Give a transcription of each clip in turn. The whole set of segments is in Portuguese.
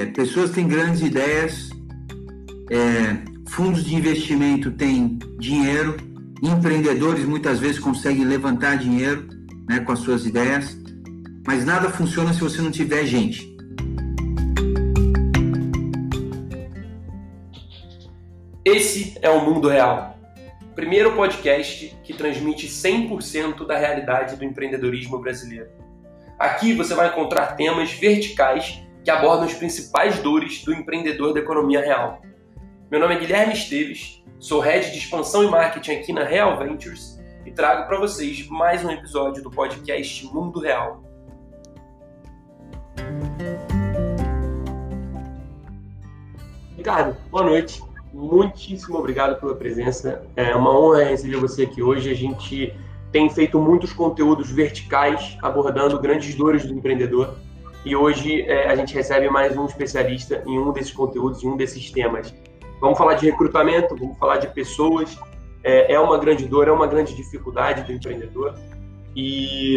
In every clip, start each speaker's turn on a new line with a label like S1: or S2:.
S1: Pessoas têm grandes ideias, fundos de investimento têm dinheiro, empreendedores muitas vezes conseguem levantar dinheiro, né, com as suas ideias, mas nada funciona se você não tiver gente.
S2: Esse é o Mundo Real, o primeiro podcast que transmite 100% da realidade do empreendedorismo brasileiro. Aqui você vai encontrar temas verticais que abordam as principais dores do empreendedor da economia real. Meu nome é Guilherme Esteves, sou Head de Expansão e Marketing aqui na Real Ventures e trago para vocês mais um episódio do podcast Mundo Real. Ricardo, boa noite. Muitíssimo obrigado pela presença. É uma honra receber você aqui hoje. A gente tem feito muitos conteúdos verticais abordando grandes dores do empreendedor. E hoje a gente recebe mais um especialista em um desses conteúdos, em um desses temas. Vamos falar de recrutamento, vamos falar de pessoas. É uma grande dor, é uma grande dificuldade do empreendedor. E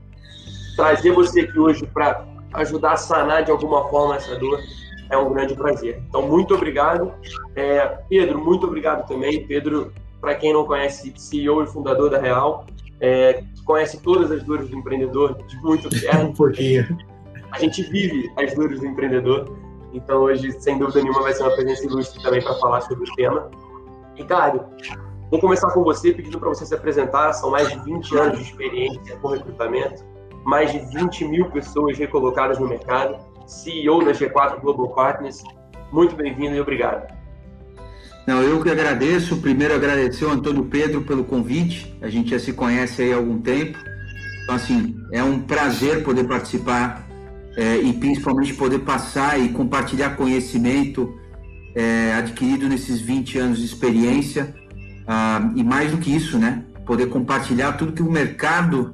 S2: trazer você aqui hoje para ajudar a sanar de alguma forma essa dor é um grande prazer. Então, muito obrigado. Pedro, muito obrigado também. Pedro, para quem não conhece, CEO e fundador da Real, conhece todas as dores do empreendedor de muito perto.
S3: Um pouquinho.
S2: A gente vive as dores do empreendedor. Então, hoje, sem dúvida nenhuma, vai ser uma presença ilustre também para falar sobre o tema. Ricardo, vou começar com você, pedindo para você se apresentar. São mais de 20 anos de experiência com recrutamento, mais de 20 mil pessoas recolocadas no mercado, CEO da G4 Global Partners. Muito bem-vindo e obrigado.
S1: Não, eu que agradeço. Primeiro, agradecer ao Antônio Pedro pelo convite. A gente já se conhece aí há algum tempo. Então, assim, é um prazer poder participar e principalmente poder passar e compartilhar conhecimento adquirido nesses 20 anos de experiência. E mais do que isso, né? Poder compartilhar tudo que o mercado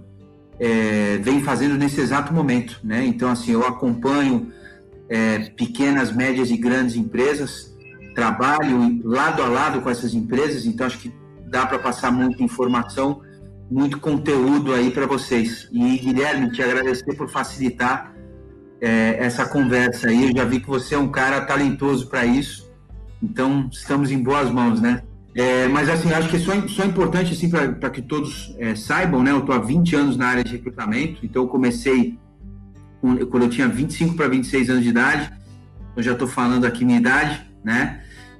S1: vem fazendo nesse exato momento, né? Então, assim, eu acompanho pequenas, médias e grandes empresas, trabalho lado a lado com essas empresas, então acho que dá para passar muita informação, muito conteúdo aí para vocês. E, Guilherme, te agradecer por facilitar essa conversa aí. Eu já vi que você é um cara talentoso para isso, então estamos em boas mãos, né? Mas assim, acho que só importante assim, para que todos saibam, né? Eu estou há 20 anos na área de recrutamento, então eu comecei quando eu tinha 25 para 26 anos de idade. Eu já estou falando aqui minha idade, né?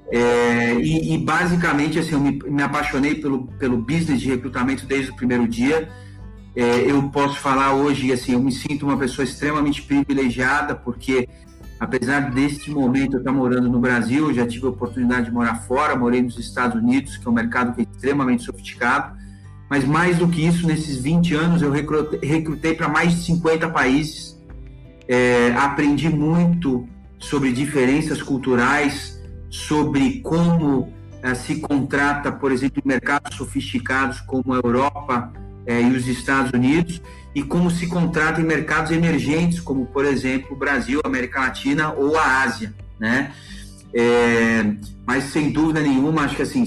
S1: E basicamente assim, eu me apaixonei pelo business de recrutamento desde o primeiro dia. Eu posso falar hoje, assim, eu me sinto uma pessoa extremamente privilegiada, porque apesar deste momento eu estar morando no Brasil, eu já tive a oportunidade de morar fora, morei nos Estados Unidos, que é um mercado que é extremamente sofisticado, mas mais do que isso, nesses 20 anos eu recrutei para mais de 50 países, aprendi muito sobre diferenças culturais, sobre como se contrata, por exemplo, em mercados sofisticados como a Europa e os Estados Unidos, e como se contrata em mercados emergentes, como, por exemplo, o Brasil, a América Latina ou a Ásia, né? Mas, sem dúvida nenhuma, acho que, assim,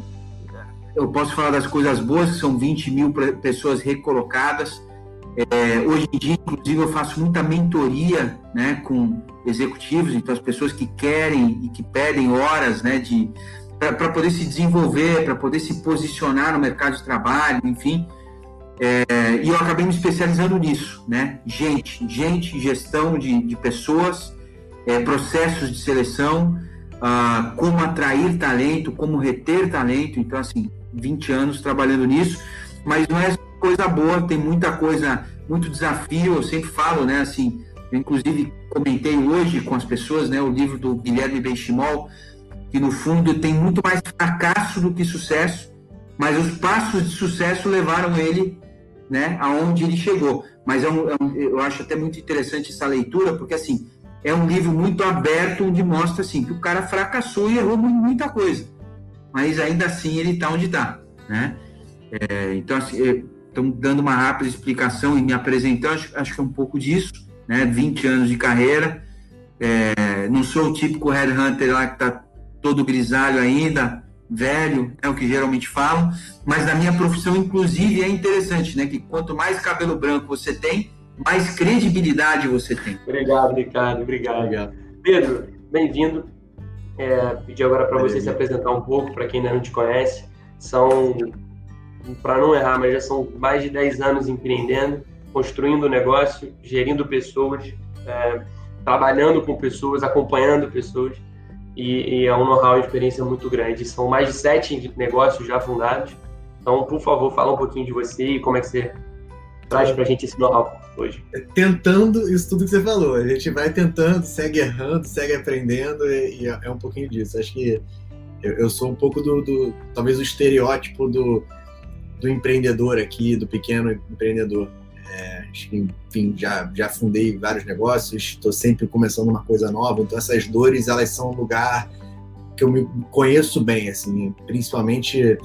S1: eu posso falar das coisas boas, que são 20 mil pessoas recolocadas. Hoje em dia, inclusive, eu faço muita mentoria, né, com executivos, então as pessoas que querem e que pedem horas, né, para poder se desenvolver, para poder se posicionar no mercado de trabalho, enfim. E eu acabei me especializando nisso, né? Gestão de pessoas, processos de seleção, como atrair talento, como reter talento. Então, assim, 20 anos trabalhando nisso, mas não é coisa boa, tem muita coisa, muito desafio. Eu sempre falo, né? Assim, eu inclusive comentei hoje com as pessoas, né? O livro do Guilherme Benchimol, que no fundo tem muito mais fracasso do que sucesso, mas os passos de sucesso levaram ele, né, aonde ele chegou. Mas eu acho até muito interessante essa leitura, porque assim, é um livro muito aberto, onde mostra assim, que o cara fracassou e errou muita coisa, mas ainda assim ele está onde está, né? Então, assim, estamos dando uma rápida explicação e me apresentando, acho que é um pouco disso, né? 20 anos de carreira, não sou o típico headhunter lá que está todo grisalho ainda, velho, é o que geralmente falam, mas na minha profissão, inclusive, é interessante, né, que quanto mais cabelo branco você tem, mais credibilidade você tem.
S2: Obrigado, Ricardo, obrigado. Pedro, bem-vindo. Pedir agora para você se apresentar um pouco, para quem ainda não te conhece. São, para não errar, mas já são mais de 10 anos empreendendo, construindo negócio, gerindo pessoas, trabalhando com pessoas, acompanhando pessoas, e é um know-how e experiência muito grande. São mais de 7 negócios já fundados. Então, por favor, fala um pouquinho de você e como é que você traz para a gente esse know-how hoje.
S3: Tentando isso tudo que você falou. A gente vai tentando, segue errando, segue aprendendo, e é um pouquinho disso. Acho que eu sou um pouco talvez o estereótipo do empreendedor aqui, do pequeno empreendedor. Acho que, enfim, já fundei vários negócios, estou sempre começando uma coisa nova, então essas dores, elas são um lugar que eu me conheço bem, assim, principalmente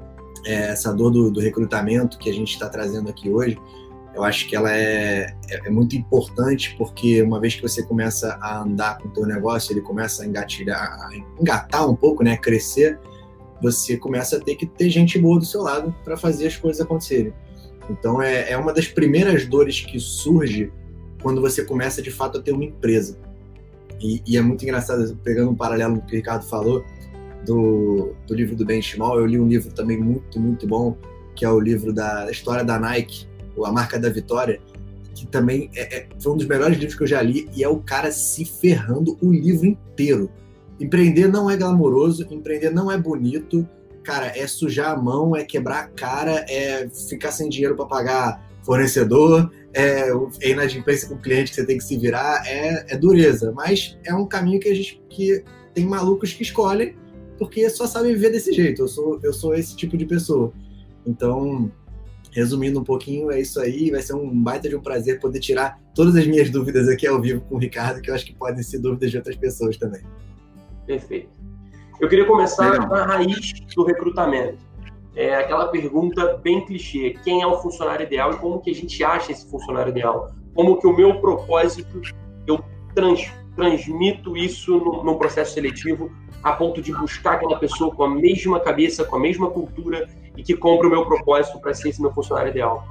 S3: essa dor do recrutamento que a gente está trazendo aqui hoje. Eu acho que ela é muito importante, porque uma vez que você começa a andar com o teu negócio, ele começa a engatar um pouco, né, crescer, você começa a ter que ter gente boa do seu lado para fazer as coisas acontecerem. Então, é uma das primeiras dores que surge quando você começa, de fato, a ter uma empresa. E é muito engraçado, pegando um paralelo do que o Ricardo falou, do livro do Ben Schmall, eu li um livro também muito, muito bom, que é o livro da história da Nike, A Marca da Vitória, que também foi um dos melhores livros que eu já li, e é o cara se ferrando o livro inteiro. Empreender não é glamouroso, empreender não é bonito, cara, é sujar a mão, é quebrar a cara, é ficar sem dinheiro para pagar fornecedor, é inadimplência com o cliente que você tem que se virar, é dureza. Mas é um caminho que tem malucos que escolhem, porque só sabem viver desse jeito. Eu sou esse tipo de pessoa. Então, resumindo um pouquinho, é isso aí. Vai ser um baita de um prazer poder tirar todas as minhas dúvidas aqui ao vivo com o Ricardo, que eu acho que podem ser dúvidas de outras pessoas também.
S2: Perfeito. Eu queria começar na raiz do recrutamento. Aquela pergunta bem clichê: quem é o funcionário ideal e como que a gente acha esse funcionário ideal? Como que o meu propósito, eu transmito isso num processo seletivo a ponto de buscar aquela pessoa com a mesma cabeça, com a mesma cultura e que compra o meu propósito para ser esse meu funcionário ideal?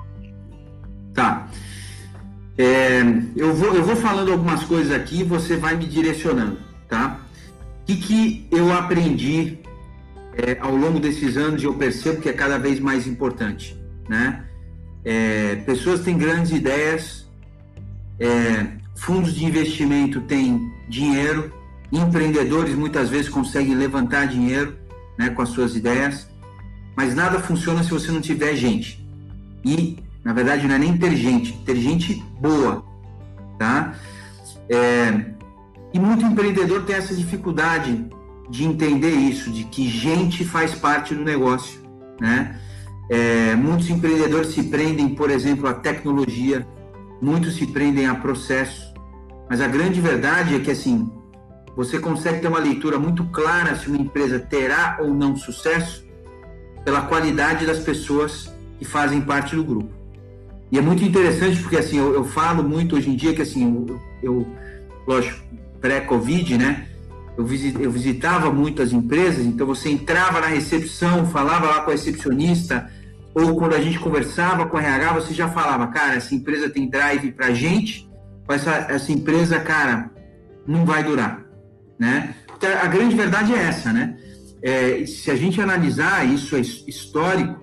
S1: Tá. Eu vou falando algumas coisas aqui e você vai me direcionando, tá? O que eu aprendi ao longo desses anos e eu percebo que é cada vez mais importante, né? Pessoas têm grandes ideias, fundos de investimento têm dinheiro, empreendedores muitas vezes conseguem levantar dinheiro, né, com as suas ideias, mas nada funciona se você não tiver gente. E, na verdade, não é nem ter gente boa, tá? E muito empreendedor tem essa dificuldade de entender isso, de que gente faz parte do negócio, né? Muitos empreendedores se prendem, por exemplo, à tecnologia, muitos se prendem a processos, mas a grande verdade é que, assim, você consegue ter uma leitura muito clara se uma empresa terá ou não sucesso pela qualidade das pessoas que fazem parte do grupo. E é muito interessante porque, assim, eu falo muito hoje em dia que, assim, lógico, pré-Covid, né? Eu visitava muito as empresas, então você entrava na recepção, falava lá com a recepcionista, ou quando a gente conversava com a RH, você já falava, cara, essa empresa tem drive pra gente, essa empresa, cara, não vai durar, né? Então, a grande verdade é essa, né? Se a gente analisar, isso é histórico,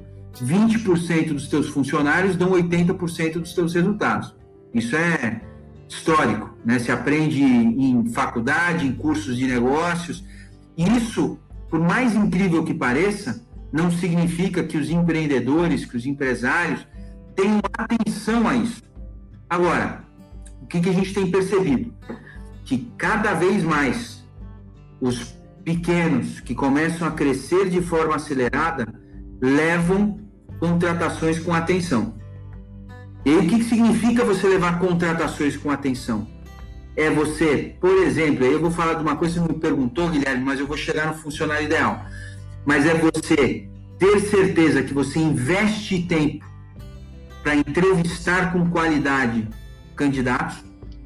S1: 20% dos teus funcionários dão 80% dos teus resultados. Isso é histórico, né? Se aprende em faculdade, em cursos de negócios. E isso, por mais incrível que pareça, não significa que os empreendedores, que os empresários tenham atenção a isso. Agora, o que a gente tem percebido? Que cada vez mais os pequenos que começam a crescer de forma acelerada levam contratações com atenção. E aí, o que significa você levar contratações com atenção? É você, por exemplo, aí eu vou falar de uma coisa que você me perguntou, Guilherme, mas eu vou chegar no funcionário ideal. Mas é você ter certeza que você investe tempo para entrevistar com qualidade candidatos,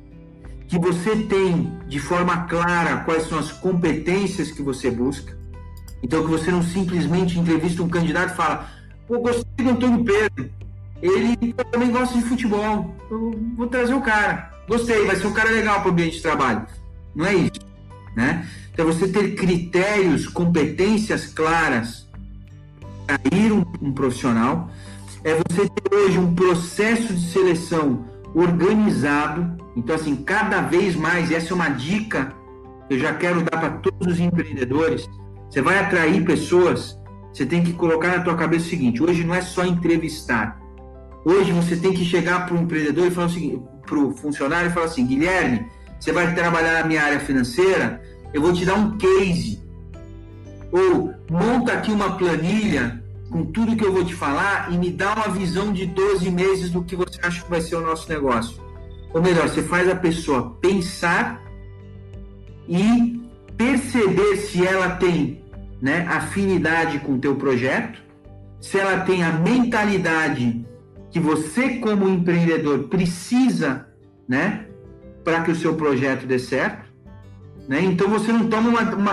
S1: que você tem de forma clara quais são as competências que você busca. Então, que você não simplesmente entrevista um candidato e fala: pô, gostei do Antônio Pedro, ele também gosta de futebol, eu vou trazer o cara, gostei, vai ser um cara legal para o ambiente de trabalho. Não é isso, né? Então, você ter critérios, competências claras para ir um profissional, é você ter hoje um processo de seleção organizado. Então, assim, cada vez mais, essa é uma dica que eu já quero dar para todos os empreendedores. Você vai atrair pessoas, você tem que colocar na tua cabeça o seguinte: hoje não é só entrevistar. Hoje você tem que chegar para o empreendedor e falar o seguinte, para o funcionário e falar assim: Guilherme, você vai trabalhar na minha área financeira, eu vou te dar um case. Ou monta aqui uma planilha com tudo que eu vou te falar e me dá uma visão de 12 meses do que você acha que vai ser o nosso negócio. Ou melhor, você faz a pessoa pensar e perceber se ela tem, né, afinidade com o teu projeto, se ela tem a mentalidade que você, como empreendedor, precisa, né, para que o seu projeto dê certo, né? Então você não toma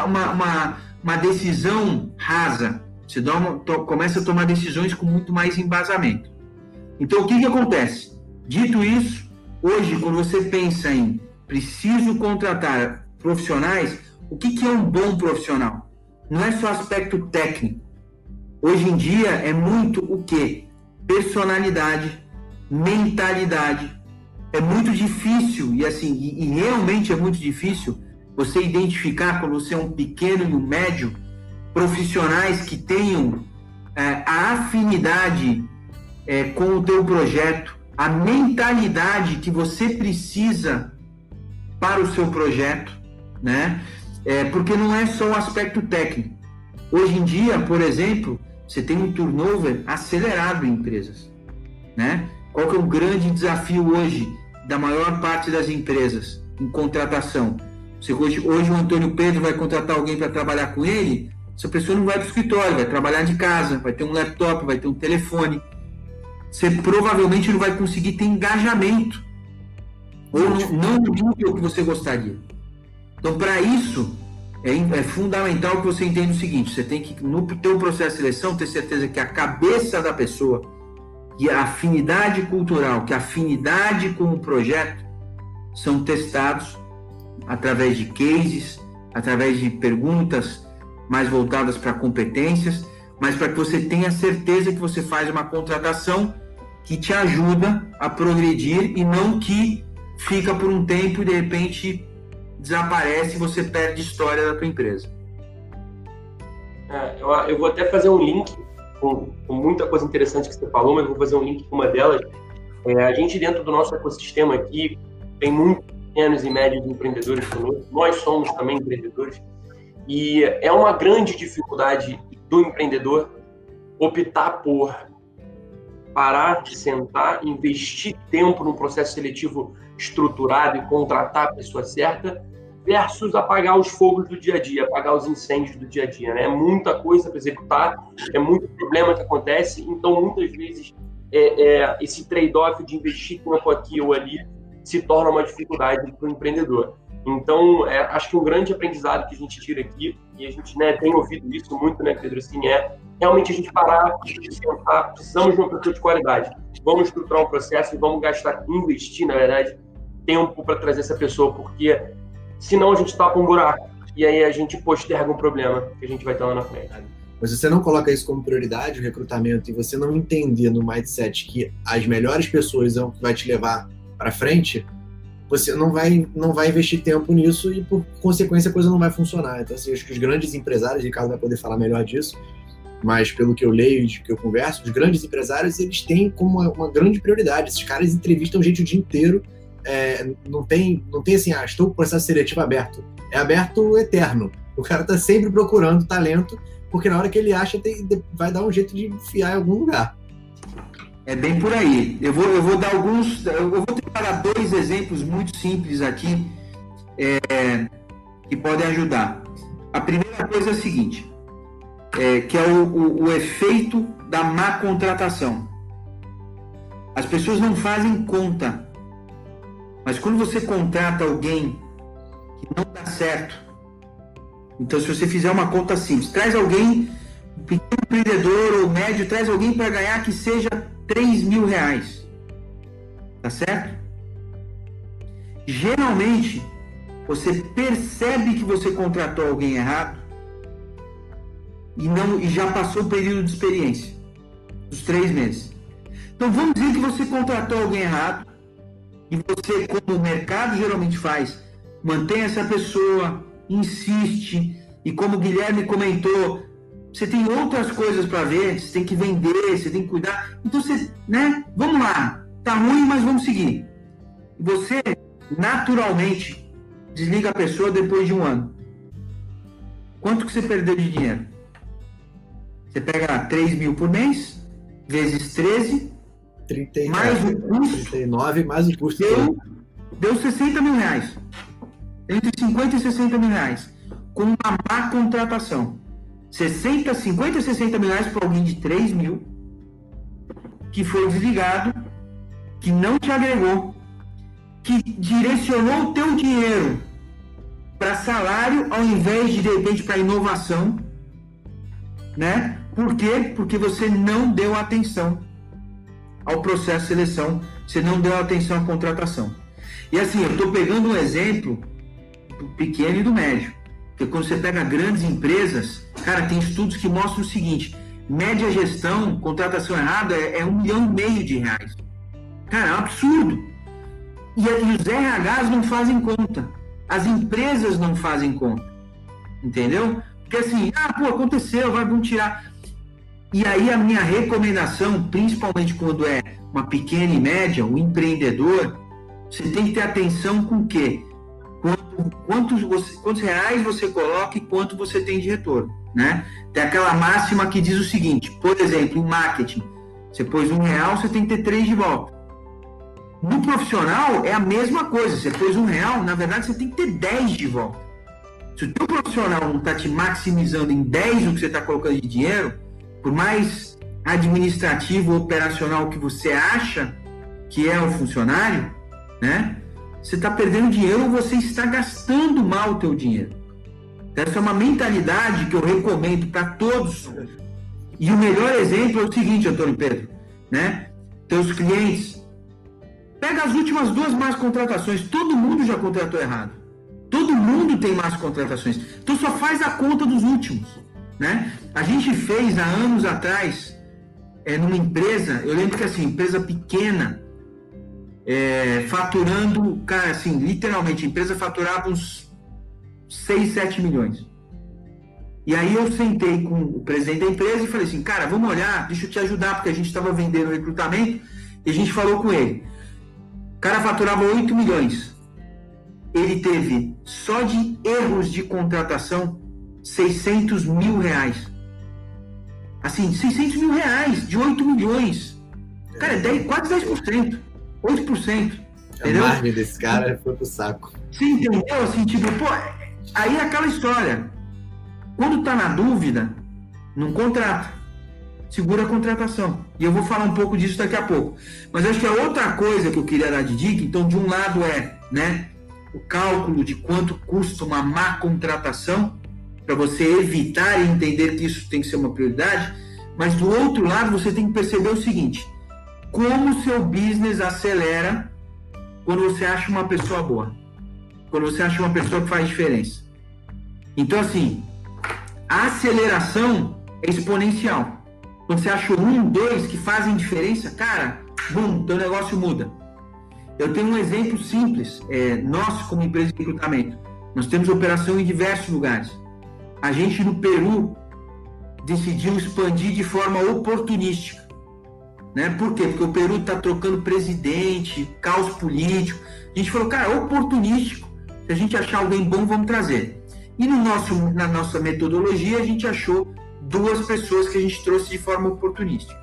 S1: uma decisão rasa, você começa a tomar decisões com muito mais embasamento. Então o que acontece? Dito isso, hoje, quando você pensa em preciso contratar profissionais, o que é um bom profissional? Não é só aspecto técnico. Hoje em dia é muito o quê? Personalidade, mentalidade. É muito difícil, e assim, e realmente é muito difícil você identificar, quando você é um pequeno e um médio, profissionais que tenham a afinidade com o teu projeto, a mentalidade que você precisa para o seu projeto, né? Porque não é só o aspecto técnico. Hoje em dia, por exemplo, você tem um turnover acelerado em empresas, né? Qual que é o grande desafio hoje da maior parte das empresas em contratação? Hoje o Antônio Pedro vai contratar alguém para trabalhar com ele, essa pessoa não vai para o escritório, vai trabalhar de casa, vai ter um laptop, vai ter um telefone. Você provavelmente não vai conseguir ter engajamento, ou não no nível que você gostaria. Então, para isso, é fundamental que você entenda o seguinte: você tem que, no teu processo de seleção, ter certeza que a cabeça da pessoa, que a afinidade cultural, que a afinidade com o projeto são testados através de cases, através de perguntas mais voltadas para competências, mas para que você tenha certeza que você faz uma contratação que te ajuda a progredir e não que fica por um tempo e de repente desaparece e você perde a história da tua empresa.
S2: Eu vou até fazer um link com muita coisa interessante que você falou, mas eu vou fazer um link com uma delas. A gente, dentro do nosso ecossistema aqui, tem muitos pequenos e médios empreendedores conosco. Nós somos também empreendedores. E é uma grande dificuldade do empreendedor optar por parar, sentar, investir tempo num processo seletivo estruturado e contratar a pessoa certa, versus apagar os fogos do dia a dia, apagar os incêndios do dia a dia, né? É muita coisa para executar, é muito problema que acontece, então muitas vezes esse trade-off de investir tempo aqui ou ali se torna uma dificuldade para o empreendedor. Então, acho que um grande aprendizado que a gente tira aqui, e a gente, né, tem ouvido isso muito, né, Pedro, assim, realmente a gente parar de sentar, precisamos de uma pessoa de qualidade, vamos estruturar um processo e vamos investir, na verdade, tempo para trazer essa pessoa, porque senão a gente tapa um buraco e aí a gente posterga um problema que a gente vai ter lá na frente.
S3: Mas se você não coloca isso como prioridade, o recrutamento, e você não entender no mindset que as melhores pessoas são o que vai te levar para frente, você não vai investir tempo nisso e, por consequência, a coisa não vai funcionar. Então, assim, acho que os grandes empresários, o Ricardo vai poder falar melhor disso, mas pelo que eu leio e que eu converso, os grandes empresários, eles têm como uma grande prioridade. Esses caras entrevistam gente o dia inteiro, não tem assim, estou com o processo seletivo aberto. É aberto eterno. O cara está sempre procurando talento, porque na hora que ele acha, vai dar um jeito de enfiar em algum lugar.
S1: É bem por aí. Eu vou dar alguns. Eu vou tentar dar 2 exemplos muito simples aqui que podem ajudar. A primeira coisa é a seguinte, que é o efeito da má contratação. As pessoas não fazem conta, mas quando você contrata alguém que não dá certo, então se você fizer uma conta simples, traz alguém, um pequeno empreendedor ou médio, traz alguém para ganhar que seja R$3.000, tá certo? Geralmente você percebe que você contratou alguém errado e já passou o período de experiência, dos 3 meses. Então vamos dizer que você contratou alguém errado e você, como o mercado geralmente faz, mantém essa pessoa, insiste, e como o Guilherme comentou, você tem outras coisas para ver, você tem que vender, você tem que cuidar. Então você, né? Vamos lá, tá ruim, mas vamos seguir. Você, naturalmente, desliga a pessoa depois de 1 ano. Quanto que você perdeu de dinheiro? Você pega 3 mil por mês, vezes 13,
S3: 30,
S1: mais o custo.
S3: 39, mais o custo.
S1: Deu 60 mil reais. Entre 50 e 60 mil reais. Com uma má contratação. 50 e 60 mil reais para alguém de 3 mil, que foi desligado, que não te agregou, que direcionou o teu dinheiro para salário ao invés de repente, para inovação, né? Por quê? Porque você não deu atenção ao processo de seleção, você não deu atenção à contratação. E assim, eu estou pegando um exemplo do pequeno e do médio, porque quando você pega grandes empresas, cara, tem estudos que mostram o seguinte: média gestão, contratação errada é R$1,5 milhão. Cara, é um absurdo. E os RHs não fazem conta. As empresas não fazem conta. Entendeu? Porque assim, aconteceu, vamos tirar. E aí a minha recomendação, principalmente quando é uma pequena e média, um empreendedor, você tem que ter atenção com o quê? Quantos reais você coloca e quanto você tem de retorno, né? Tem aquela máxima que diz o seguinte, por exemplo, em marketing, você pôs R$1, você tem que ter 3 de volta. No profissional é a mesma coisa, você pôs R$1, na verdade você tem que ter 10 de volta. Se o teu profissional não está te maximizando em 10 o que você está colocando de dinheiro, por mais administrativo ou operacional que você acha que é o funcionário, né? Você está perdendo dinheiro ou você está gastando mal o teu dinheiro. Essa é uma mentalidade que eu recomendo para todos. E o melhor exemplo é o seguinte, Antônio Pedro, né? Teus clientes, pega as últimas 2 más contratações, todo mundo já contratou errado. Todo mundo tem más contratações. Então só faz a conta dos últimos, né? A gente fez há anos atrás, numa empresa, eu lembro que assim, empresa pequena, faturando, cara, assim, literalmente, a empresa faturava uns 6, 7 milhões. E aí eu sentei com o presidente da empresa e falei assim, cara, vamos olhar, deixa eu te ajudar, porque a gente estava vendendo recrutamento, e a gente falou com ele. O cara faturava 8 milhões. Ele teve, só de erros de contratação, 600 mil reais. Assim, 600 mil reais, de 8 milhões. Cara, quase 10%. 8%. Entendeu?
S3: A margem desse cara foi pro saco.
S1: Sim, entendeu? Assim, tipo, aí é aquela história. Quando tá na dúvida, não contrata. Segura a contratação. E eu vou falar um pouco disso daqui a pouco. Mas acho que a outra coisa que eu queria dar de dica, então, de um lado né, o cálculo de quanto custa uma má contratação, para você evitar e entender que isso tem que ser uma prioridade, mas do outro lado você tem que perceber o seguinte: como o seu business acelera quando você acha uma pessoa boa, quando você acha uma pessoa que faz diferença. Então, assim, a aceleração é exponencial. Quando você acha 1, 2 que fazem diferença, cara, bum, teu negócio muda. Eu tenho um exemplo simples. Nós, como empresa de recrutamento, nós temos operação em diversos lugares. A gente, no Peru, decidiu expandir de forma oportunística. Né? Por quê? Porque o Peru está trocando presidente, caos político. A gente falou, cara, oportunístico. Se a gente achar alguém bom, vamos trazer. E na nossa metodologia, a gente achou 2 pessoas que a gente trouxe de forma oportunística.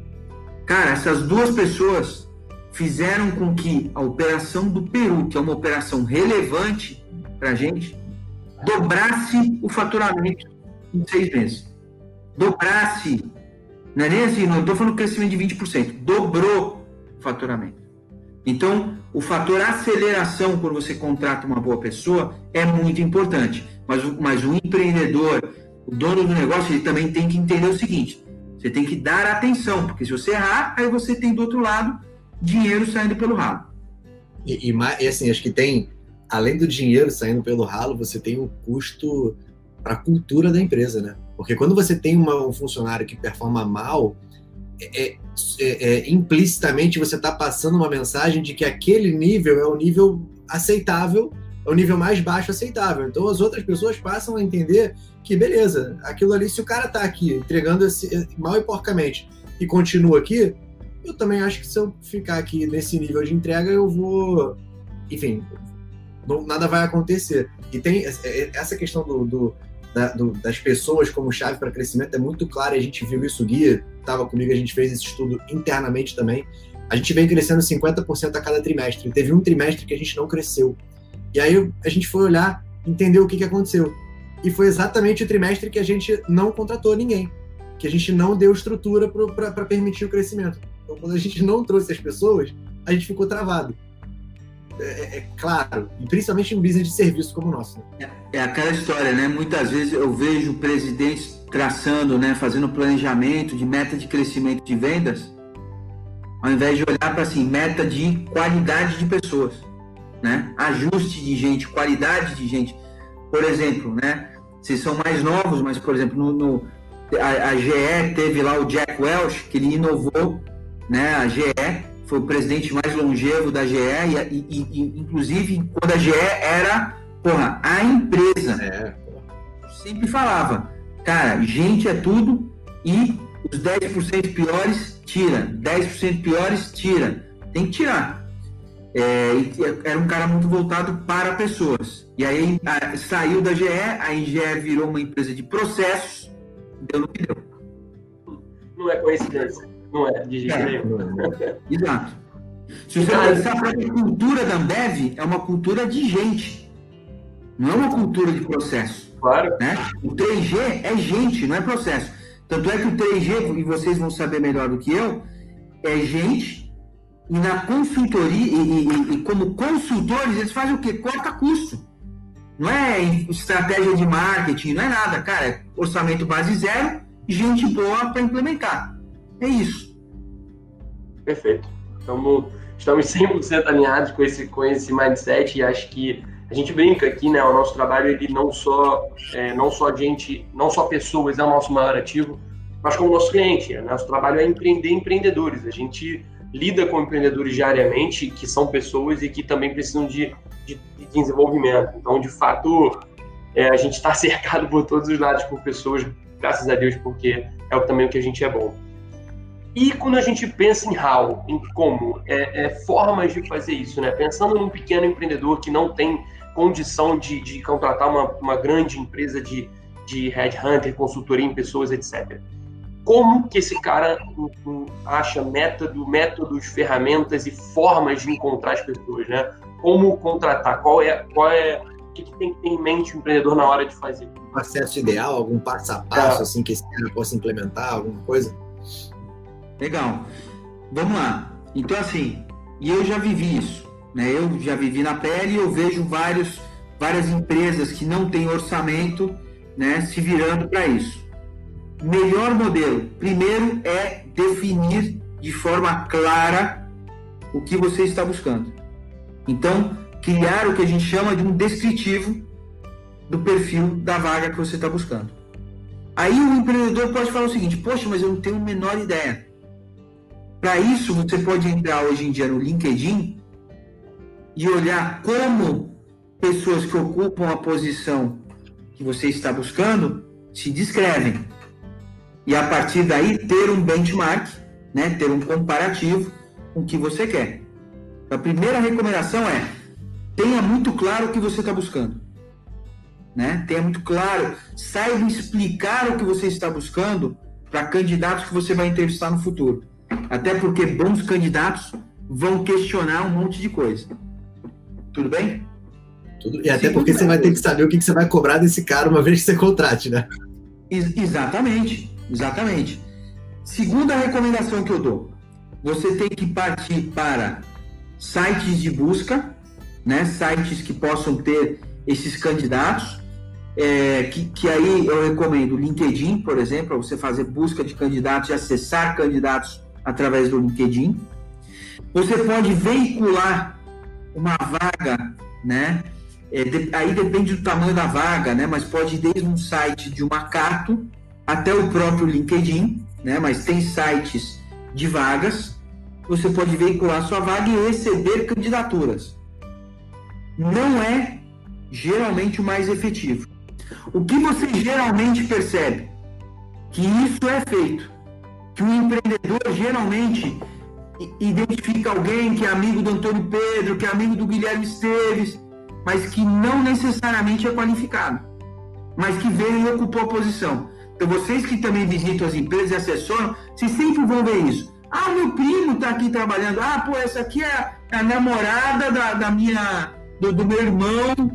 S1: Cara, essas 2 pessoas fizeram com que a operação do Peru, que é uma operação relevante para a gente, dobrasse o faturamento em 6 meses. Dobrasse. Não é nem assim, não estou falando crescimento de 20%. Dobrou o faturamento. Então, o fator aceleração, quando você contrata uma boa pessoa, é muito importante. Mas o empreendedor, o dono do negócio, ele também tem que entender o seguinte: você tem que dar atenção, porque se você errar, aí você tem do outro lado dinheiro saindo pelo rabo.
S3: E assim, acho que tem além do dinheiro saindo pelo ralo, você tem um custo para a cultura da empresa, né? Porque quando você tem um funcionário que performa mal, implicitamente você está passando uma mensagem de que aquele nível é o nível aceitável, é o nível mais baixo aceitável. Então as outras pessoas passam a entender que, beleza, aquilo ali, se o cara está aqui entregando mal e porcamente e continua aqui, eu também acho que se eu ficar aqui nesse nível de entrega, eu vou... Enfim, nada vai acontecer. E tem essa questão das pessoas como chave para crescimento é muito clara, a gente viu isso, o Gui estava comigo, a gente fez esse estudo internamente também, a gente vem crescendo 50% a cada trimestre, teve um trimestre que a gente não cresceu, e aí a gente foi olhar, entender o que aconteceu, e foi exatamente o trimestre que a gente não contratou ninguém, que a gente não deu estrutura para permitir o crescimento. Então quando a gente não trouxe as pessoas, a gente ficou travado. Claro, e principalmente em um business de serviço como o nosso.
S1: Né? É aquela história, né? Muitas vezes eu vejo presidentes traçando, né, fazendo planejamento de meta de crescimento de vendas, ao invés de olhar para assim, meta de qualidade de pessoas, né? Ajuste de gente, qualidade de gente. Por exemplo, né? Vocês são mais novos, mas, por exemplo, a GE teve lá o Jack Welch, que ele inovou, né? A GE foi o presidente mais longevo da GE, e inclusive quando a GE era, a empresa. Sempre falava, cara, gente é tudo, e os 10% piores, tira. 10% piores, tira. Tem que tirar. Era um cara muito voltado para pessoas. E aí saiu da GE, a GE virou uma empresa de processos, deu no que deu.
S2: Não é coincidência. Não é, de jeito nenhum.
S1: Exato. Se você pensar, a própria cultura da Ambev é uma cultura de gente, não é uma cultura de processo.
S2: Claro.
S1: Né? O 3G é gente, não é processo. Tanto é que o 3G, e vocês vão saber melhor do que eu, é gente, e na consultoria, e como consultores, eles fazem o quê? Corta custo. Não é estratégia de marketing, não é nada, cara. É orçamento base zero, gente boa para implementar. É isso.
S2: Perfeito. Estamos 100% alinhados com esse mindset, e acho que a gente brinca aqui, né? O nosso trabalho, ele não só pessoas é o nosso maior ativo, mas como nosso cliente. Né? Nosso trabalho é empreender empreendedores. A gente lida com empreendedores diariamente, que são pessoas e que também precisam de desenvolvimento. Então, de fato, a gente está cercado por todos os lados por pessoas, graças a Deus, porque é também o que a gente é bom. E quando a gente pensa em how, em como, formas de fazer isso, né? Pensando num pequeno empreendedor que não tem condição de contratar uma grande empresa de headhunter, consultoria em pessoas, etc. Como que esse cara acha métodos, ferramentas e formas de encontrar as pessoas, né? Como contratar? O que tem que ter em mente o empreendedor na hora de fazer?
S3: Um processo ideal, algum passo a passo, assim, que esse cara possa implementar, alguma coisa?
S1: Legal. Vamos lá. Então, assim, e eu já vivi isso, né? Eu já vivi na pele e eu vejo várias empresas que não têm orçamento, né, se virando para isso. Melhor modelo, primeiro, é definir de forma clara o que você está buscando. Então, criar o que a gente chama de um descritivo do perfil da vaga que você está buscando. Aí o empreendedor pode falar o seguinte: poxa, mas eu não tenho a menor ideia. Para isso, você pode entrar hoje em dia no LinkedIn e olhar como pessoas que ocupam a posição que você está buscando se descrevem. E a partir daí, ter um benchmark, né, ter um comparativo com o que você quer. A primeira recomendação é: tenha muito claro o que você está buscando. Né? Tenha muito claro, saiba explicar o que você está buscando para candidatos que você vai entrevistar no futuro. Até porque bons candidatos vão questionar um monte de coisa. Tudo bem?
S3: Tudo. E até porque você vai ter que saber o que você vai cobrar desse cara uma vez que você contrate, né?
S1: Exatamente. Segunda recomendação que eu dou: você tem que partir para sites de busca, né? Sites que possam ter esses candidatos, que aí eu recomendo o LinkedIn, por exemplo, para você fazer busca de candidatos e acessar candidatos através do LinkedIn. Você pode veicular uma vaga, né, aí depende do tamanho da vaga, né? Mas pode ir desde um site de uma Cato até o próprio LinkedIn, né? Mas tem sites de vagas, você pode veicular sua vaga e receber candidaturas. Não é geralmente o mais efetivo. O que você geralmente percebe? Que isso é feito. Que o empreendedor geralmente identifica alguém que é amigo do Antônio Pedro, que é amigo do Guilherme Esteves, mas que não necessariamente é qualificado, mas que veio e ocupou a posição. Então, vocês que também visitam as empresas e assessoram, vocês sempre vão ver isso. Ah, meu primo está aqui trabalhando. Ah, pô, essa aqui é a namorada do meu irmão,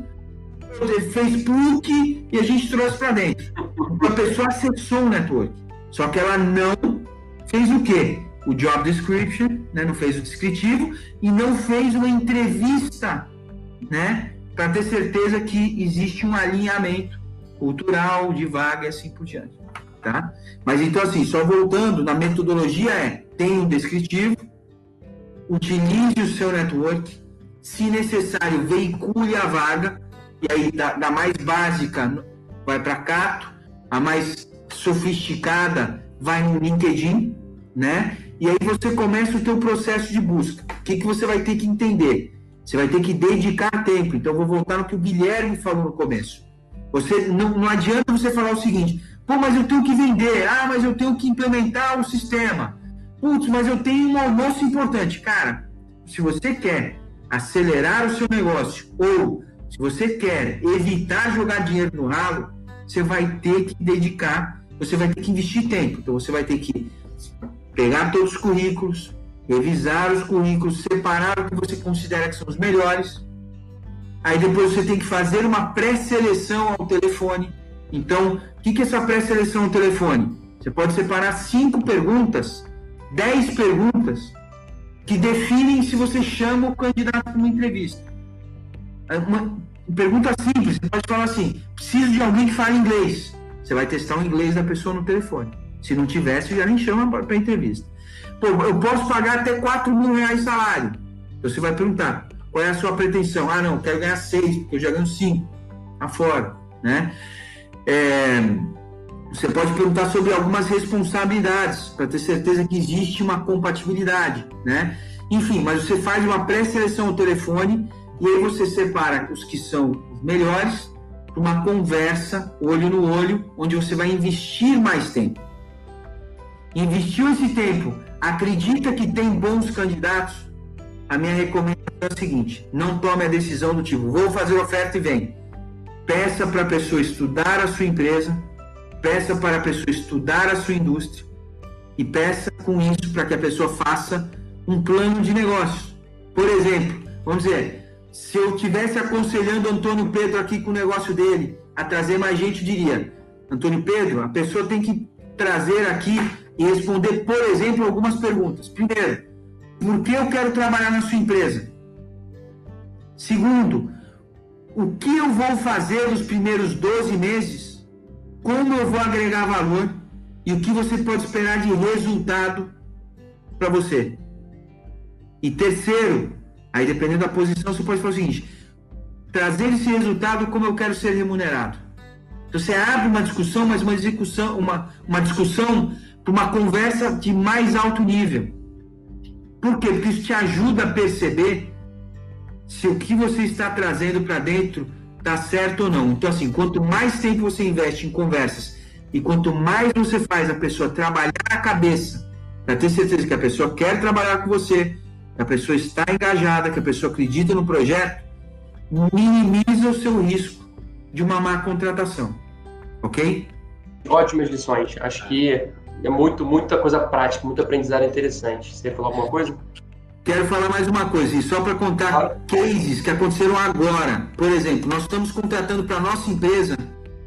S1: Facebook, e a gente trouxe para dentro. A pessoa acessou o network, só que ela não fez o quê? O job description, né? Não fez o descritivo e não fez uma entrevista, né? Para ter certeza que existe um alinhamento cultural, de vaga e assim por diante, tá? Mas então, assim, só voltando, na metodologia tem um descritivo, utilize o seu network, se necessário, veicule a vaga, e aí da mais básica vai para Cato, a mais sofisticada vai no LinkedIn, né? E aí você começa o teu processo de busca. O que você vai ter que entender? Você vai ter que dedicar tempo. Então, eu vou voltar no que o Guilherme falou no começo. Você, não adianta você falar o seguinte: pô, mas eu tenho que vender. Ah, mas eu tenho que implementar o sistema. Putz, mas eu tenho um almoço importante. Cara, se você quer acelerar o seu negócio ou se você quer evitar jogar dinheiro no ralo, você vai ter que dedicar, você vai ter que investir tempo. Então, você vai ter que pegar todos os currículos, revisar os currículos, separar o que você considera que são os melhores. Aí depois você tem que fazer uma pré-seleção ao telefone. Então, o que é essa pré-seleção ao telefone? Você pode separar 5 perguntas, 10 perguntas, que definem se você chama o candidato para uma entrevista. Uma pergunta simples, você pode falar assim: preciso de alguém que fale inglês. Você vai testar o inglês da pessoa no telefone. Se não tivesse, já nem chama para entrevista. Pô, eu posso pagar até R$4.000 de salário. Então você vai perguntar: qual é a sua pretensão? Ah, não, eu quero ganhar 6, porque eu já ganho 5. Tá fora, né? Você pode perguntar sobre algumas responsabilidades, para ter certeza que existe uma compatibilidade, né? Enfim, mas você faz uma pré-seleção ao telefone e aí você separa os que são os melhores para uma conversa olho no olho, onde você vai investir mais tempo. Investiu esse tempo, acredita que tem bons candidatos? A minha recomendação é a seguinte: não tome a decisão do tipo, vou fazer oferta e vem. Peça para a pessoa estudar a sua empresa, peça para a pessoa estudar a sua indústria e peça com isso para que a pessoa faça um plano de negócio. Por exemplo, vamos dizer, se eu estivesse aconselhando o Antônio Pedro aqui com o negócio dele a trazer mais gente, eu diria: Antônio Pedro, a pessoa tem que trazer aqui e responder, por exemplo, algumas perguntas. Primeiro, por que eu quero trabalhar na sua empresa? Segundo, o que eu vou fazer nos primeiros 12 meses? Como eu vou agregar valor? E o que você pode esperar de resultado para você? E terceiro, aí dependendo da posição, você pode falar o seguinte: trazer esse resultado, como eu quero ser remunerado. Então você abre uma discussão, mas uma discussão para uma conversa de mais alto nível. Por quê? Porque isso te ajuda a perceber se o que você está trazendo para dentro está certo ou não. Então, assim, quanto mais tempo você investe em conversas e quanto mais você faz a pessoa trabalhar a cabeça, para ter certeza que a pessoa quer trabalhar com você, que a pessoa está engajada, que a pessoa acredita no projeto, minimiza o seu risco de uma má contratação. Ok?
S2: Ótimas lições. Acho que é muita coisa prática, muito aprendizado interessante. Você quer falar alguma coisa?
S1: Quero falar mais uma coisa, e só para contar cases que aconteceram agora. Por exemplo, nós estamos contratando para a nossa empresa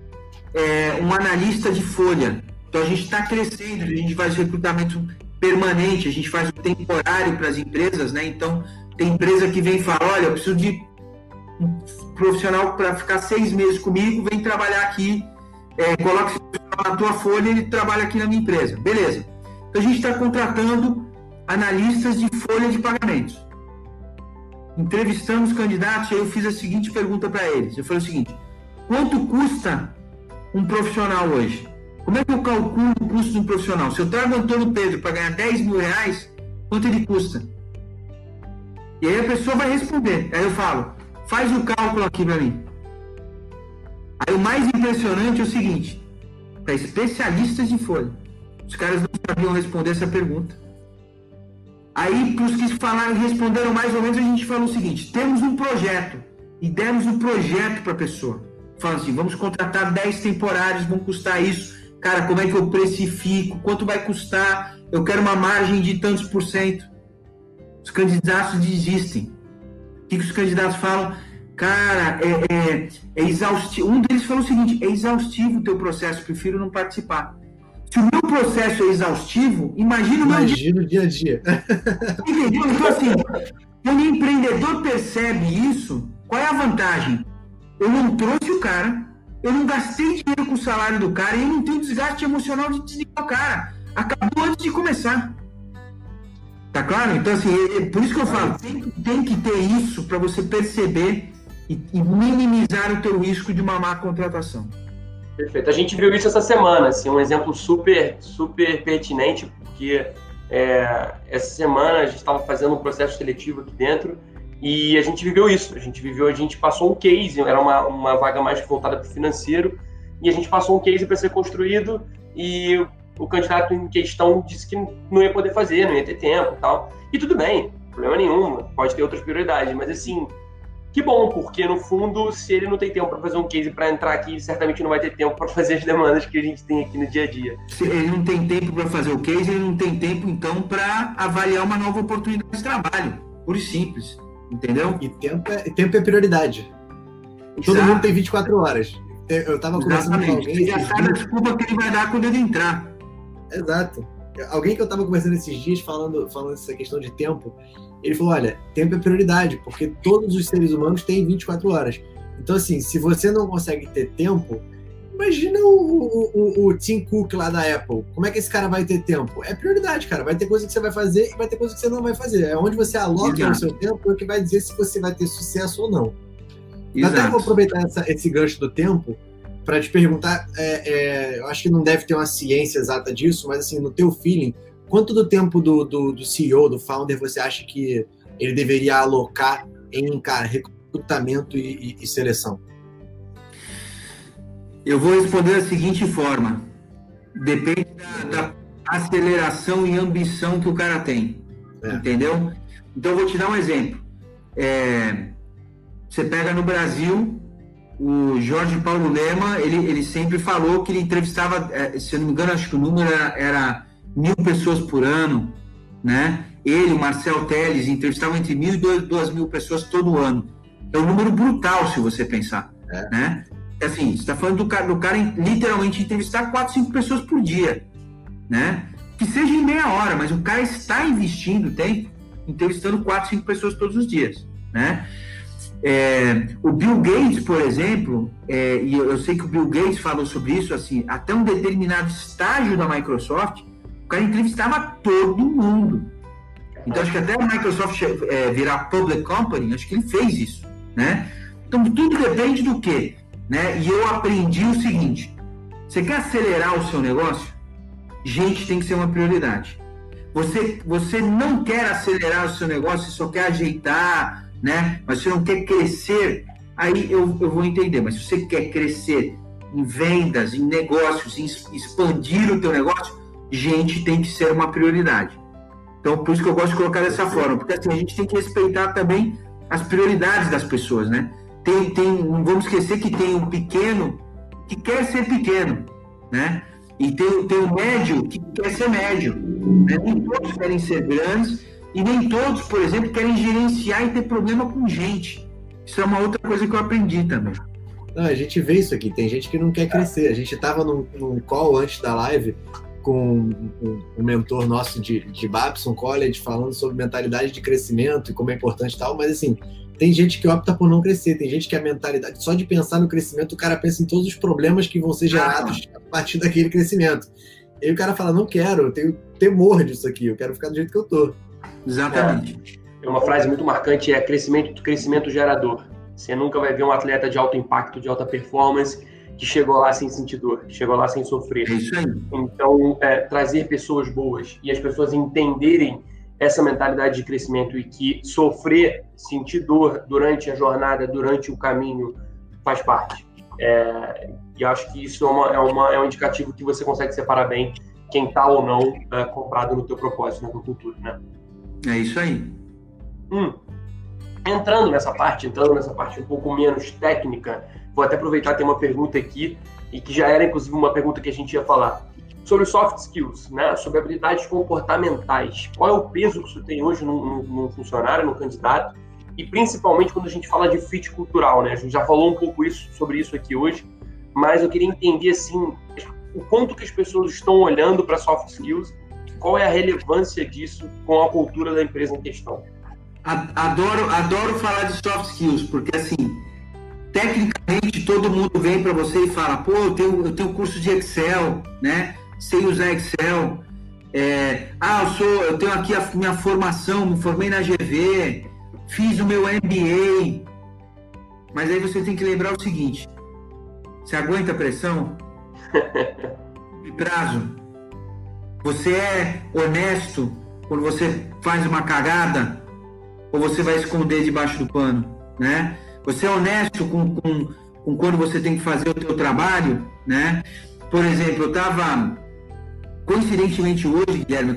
S1: um analista de folha. Então, a gente está crescendo, a gente faz recrutamento permanente, a gente faz o temporário para as empresas, né? Então, tem empresa que vem e fala: olha, eu preciso de um profissional para ficar 6 meses comigo, vem trabalhar aqui, coloca esse profissional na tua folha e ele trabalha aqui na minha empresa. Beleza. Então, a gente está contratando analistas de folha de pagamentos. entrevistando os candidatos, e aí eu fiz a seguinte pergunta para eles. Eu falei o seguinte: quanto custa um profissional hoje? Como é que eu calculo o custo de um profissional? Se eu trago o Antônio Pedro para ganhar 10 mil reais, quanto ele custa? E aí a pessoa vai responder. Aí eu falo, faz o cálculo aqui para mim. Aí o mais impressionante é o seguinte, para especialistas de folha, os caras não sabiam responder essa pergunta. Aí, para os que falaram, responderam mais ou menos, a gente falou o seguinte: temos um projeto, e demos um projeto para a pessoa. Falando assim, vamos contratar 10 temporários, vão custar isso. Cara, como é que eu precifico? Quanto vai custar? Eu quero uma margem de tantos %. Os candidatos desistem. O que os candidatos falam? Cara, é exaustivo. Um deles falou o seguinte: é exaustivo o teu processo, prefiro não participar. Se o meu processo é exaustivo, imagina
S3: o dia a dia.
S1: Entendeu? Então, assim, quando o empreendedor percebe isso, qual é a vantagem? Eu não trouxe o cara, eu não gastei dinheiro com o salário do cara e eu não tenho desgaste emocional de desligar o cara. Acabou antes de começar. Tá claro? Então, assim, por isso que eu falo, tem que ter isso para você perceber e minimizar o teu risco de uma má contratação.
S2: Perfeito. A gente viu isso essa semana, assim, um exemplo super, super pertinente, porque essa semana a gente estava fazendo um processo seletivo aqui dentro e a gente viveu isso. A gente passou um case, era uma vaga mais voltada para o financeiro, e a gente passou um case para ser construído e o candidato em questão disse que não ia poder fazer, não ia ter tempo e tal. E tudo bem, problema nenhum, pode ter outras prioridades, mas assim, que bom, porque no fundo, se ele não tem tempo para fazer um case para entrar aqui, ele certamente não vai ter tempo para fazer as demandas que a gente tem aqui no dia a dia.
S1: Se ele não tem tempo para fazer o case, ele não tem tempo, então, para avaliar uma nova oportunidade de trabalho. Puro e simples, entendeu?
S3: E tempo é prioridade. Exato. Todo mundo tem 24 horas. Eu estava conversando com alguém...
S1: Você já sabe a desculpa que ele vai dar quando ele entrar.
S3: Exato. Alguém que eu estava conversando esses dias, falando essa questão de tempo, ele falou, olha, tempo é prioridade, porque todos os seres humanos têm 24 horas. Então, assim, se você não consegue ter tempo, imagina o Tim Cook lá da Apple. Como é que esse cara vai ter tempo? É prioridade, cara. Vai ter coisa que você vai fazer e vai ter coisa que você não vai fazer. É onde você aloca o seu tempo é o que vai dizer se você vai ter sucesso ou não. Exato. Até vou aproveitar esse gancho do tempo para te perguntar, eu acho que não deve ter uma ciência exata disso, mas assim, no teu feeling, quanto do tempo do CEO, do founder, você acha que ele deveria alocar em, cara, recrutamento e seleção?
S1: Eu vou responder da seguinte forma: depende da aceleração e ambição que o cara tem, entendeu? Então eu vou te dar um exemplo. Você pega no Brasil, o Jorge Paulo Lema, ele sempre falou que ele entrevistava, se eu não me engano, acho que o número era 1.000 pessoas por ano, né? Ele, o Marcel Telles, entrevistavam entre 1.000 e 2.000 pessoas todo ano. É um número brutal, se você pensar, né? Assim, você está falando do cara literalmente entrevistar 4, 5 pessoas por dia, né? Que seja em meia hora, mas o cara está investindo tempo, entrevistando 4, 5 pessoas todos os dias, né? O Bill Gates, por exemplo, e eu sei que o Bill Gates falou sobre isso, assim, até um determinado estágio da Microsoft, o cara entrevistava todo mundo. Então, acho que até a Microsoft virar public company, acho que ele fez isso, né? Então, tudo depende do quê? Né? E eu aprendi o seguinte: você quer acelerar o seu negócio? Gente tem que ser uma prioridade. Você não quer acelerar o seu negócio, você só quer ajeitar, né? Mas você não quer crescer, aí eu vou entender. Mas se você quer crescer em vendas, em negócios, em expandir o teu negócio, gente tem que ser uma prioridade. Então, por isso que eu gosto de colocar dessa forma, porque assim, a gente tem que respeitar também as prioridades das pessoas, né? Não vamos esquecer que tem um pequeno que quer ser pequeno, né? E tem o médio que quer ser médio, né? Nem todos querem ser grandes e nem todos, por exemplo, querem gerenciar e ter problema com gente. Isso é uma outra coisa que eu aprendi também.
S3: Não, a gente vê isso aqui, tem gente que não quer crescer. A gente estava num call antes da live com um mentor nosso de Babson College falando sobre mentalidade de crescimento e como é importante e tal, mas assim, tem gente que opta por não crescer, tem gente que a mentalidade, só de pensar no crescimento, o cara pensa em todos os problemas que vão ser gerados a partir daquele crescimento. E aí o cara fala, não quero, eu tenho temor disso aqui, eu quero ficar do jeito que eu tô.
S1: Exatamente.
S2: uma frase muito marcante, é crescimento gerador. Você nunca vai ver um atleta de alto impacto, de alta performance, que chegou lá sem sentir dor, que chegou lá sem sofrer.
S1: É isso aí.
S2: Então, trazer pessoas boas e as pessoas entenderem essa mentalidade de crescimento e que sofrer, sentir dor durante a jornada, durante o caminho, faz parte. E acho que isso é um indicativo que você consegue separar bem quem está ou não comprado no teu propósito, na tua cultura, né?
S1: É isso aí.
S2: Entrando nessa parte um pouco menos técnica, vou até aproveitar, tem uma pergunta aqui, e que já era inclusive uma pergunta que a gente ia falar, sobre soft skills, né? Sobre habilidades comportamentais. Qual é o peso que isso tem hoje num funcionário, num candidato, e principalmente quando a gente fala de fit cultural, né? A gente já falou um pouco sobre isso aqui hoje, mas eu queria entender, assim, o quanto que as pessoas estão olhando para soft skills, qual é a relevância disso com a cultura da empresa em questão.
S1: Adoro falar de soft skills, porque assim, tecnicamente todo mundo vem para você e fala, pô, eu tenho curso de Excel, né? Sei usar Excel. Eu tenho aqui a minha formação, me formei na GV, fiz o meu MBA. Mas aí você tem que lembrar o seguinte: você aguenta a pressão? De prazo? Você é honesto quando você faz uma cagada? Ou você vai esconder debaixo do pano, né? Você é honesto com quando você tem que fazer o teu trabalho, né? Por exemplo, eu estava, coincidentemente hoje, Guilherme,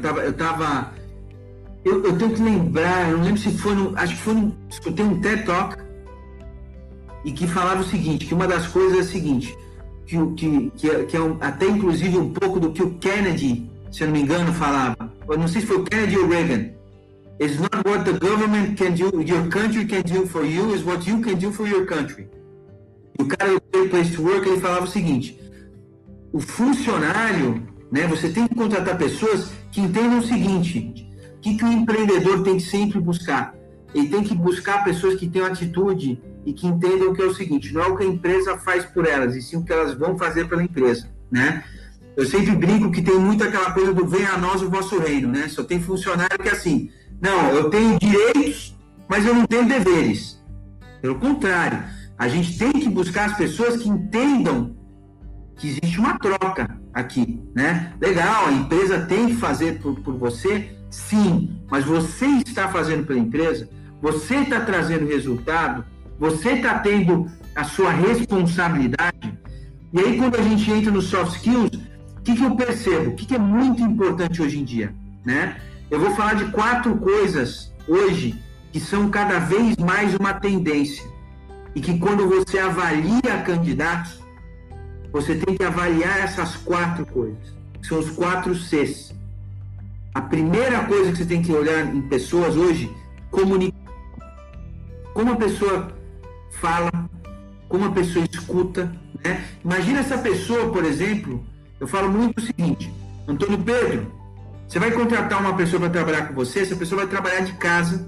S1: eu tenho que lembrar, eu não lembro se foi escutei um TED Talk e que falava o seguinte, que uma das coisas é a seguinte, que até inclusive um pouco do que o Kennedy, se eu não me engano, falava, eu não sei se foi o Kennedy ou o Reagan. It's not what the government can do, your country can do for you, it's what you can do for your country. E o cara do Great Place to Work, ele falava o seguinte, o funcionário, né, você tem que contratar pessoas que entendam o seguinte, o que o empreendedor tem que sempre buscar? Ele tem que buscar pessoas que tenham atitude e que entendam o que é o seguinte, não é o que a empresa faz por elas, e sim o que elas vão fazer pela empresa, né? Eu sempre brinco que tem muito aquela coisa do venha a nós o vosso reino, né? Só tem funcionário que é assim, não, eu tenho direitos, mas eu não tenho deveres. Pelo contrário, a gente tem que buscar as pessoas que entendam que existe uma troca aqui, né? Legal, a empresa tem que fazer por você, sim, mas você está fazendo pela empresa, você está trazendo resultado, você está tendo a sua responsabilidade. E aí, quando a gente entra nos soft skills, o que eu percebo? O que é muito importante hoje em dia, né? Eu vou falar de 4 coisas hoje que são cada vez mais uma tendência e que quando você avalia candidatos, você tem que avaliar essas 4 coisas, que são os 4 Cs. A primeira coisa que você tem que olhar em pessoas hoje, comunicação. Como a pessoa fala, como a pessoa escuta, né? Imagina essa pessoa, por exemplo, eu falo muito o seguinte, Antônio Pedro, você vai contratar uma pessoa para trabalhar com você, essa pessoa vai trabalhar de casa.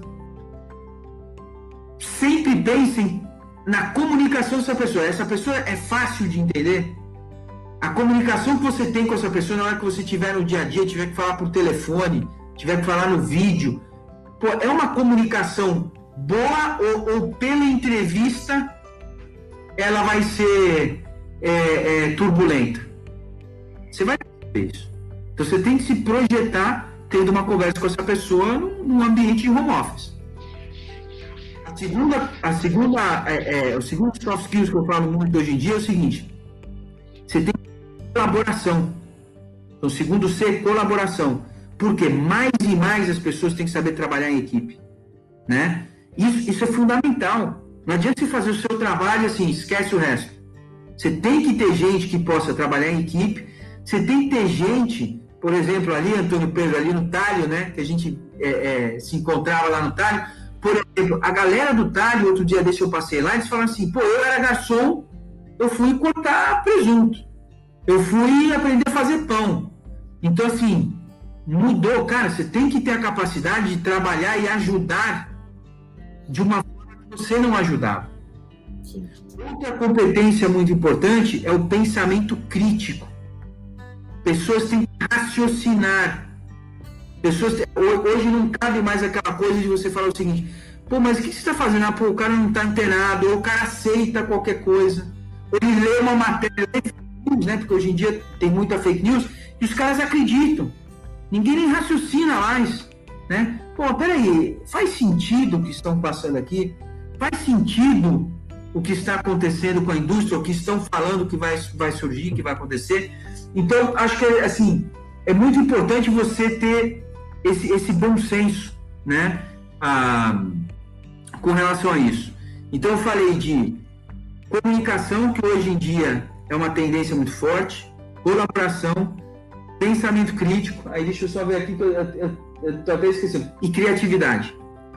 S1: Sempre pensem na comunicação dessa pessoa. Essa pessoa é fácil de entender? A comunicação que você tem com essa pessoa na hora que você estiver no dia a dia, tiver que falar por telefone, tiver que falar no vídeo, pô, é uma comunicação boa ou pela entrevista ela vai ser turbulenta? Você vai ver isso. Então, você tem que se projetar tendo uma conversa com essa pessoa num ambiente de home office. O segundo soft skills que eu falo muito hoje em dia é o seguinte, você tem colaboração. Então, o segundo C, colaboração. Porque mais e mais as pessoas têm que saber trabalhar em equipe, né? Isso é fundamental. Não adianta você fazer o seu trabalho assim, esquece o resto. Você tem que ter gente que possa trabalhar em equipe, você tem que ter gente... Por exemplo, ali, Antônio Pedro, ali no Talho, né, que a gente se encontrava lá no Talho, por exemplo, a galera do Talho, outro dia desse eu passei lá, eles falaram assim, pô, eu era garçom, eu fui cortar presunto, eu fui aprender a fazer pão. Então, assim, mudou, cara, você tem que ter a capacidade de trabalhar e ajudar de uma forma que você não ajudava. Sim. Outra competência muito importante é o pensamento crítico. Pessoas têm que raciocinar. Hoje não cabe mais aquela coisa de você falar o seguinte: pô, mas o que você está fazendo? Ah, pô, o cara não está antenado, ou o cara aceita qualquer coisa, ou ele lê uma matéria, lê fake news, né? Porque hoje em dia tem muita fake news, e os caras acreditam. Ninguém nem raciocina mais, né? Pô, peraí, faz sentido o que estão passando aqui? Faz sentido o que está acontecendo com a indústria, o que estão falando que vai surgir, que vai acontecer? Então, acho que, assim, é muito importante você ter esse bom senso, né? Com relação a isso. Então, eu falei de comunicação, que hoje em dia é uma tendência muito forte, colaboração, pensamento crítico, aí deixa eu só ver aqui, eu tô até esquecendo, e criatividade.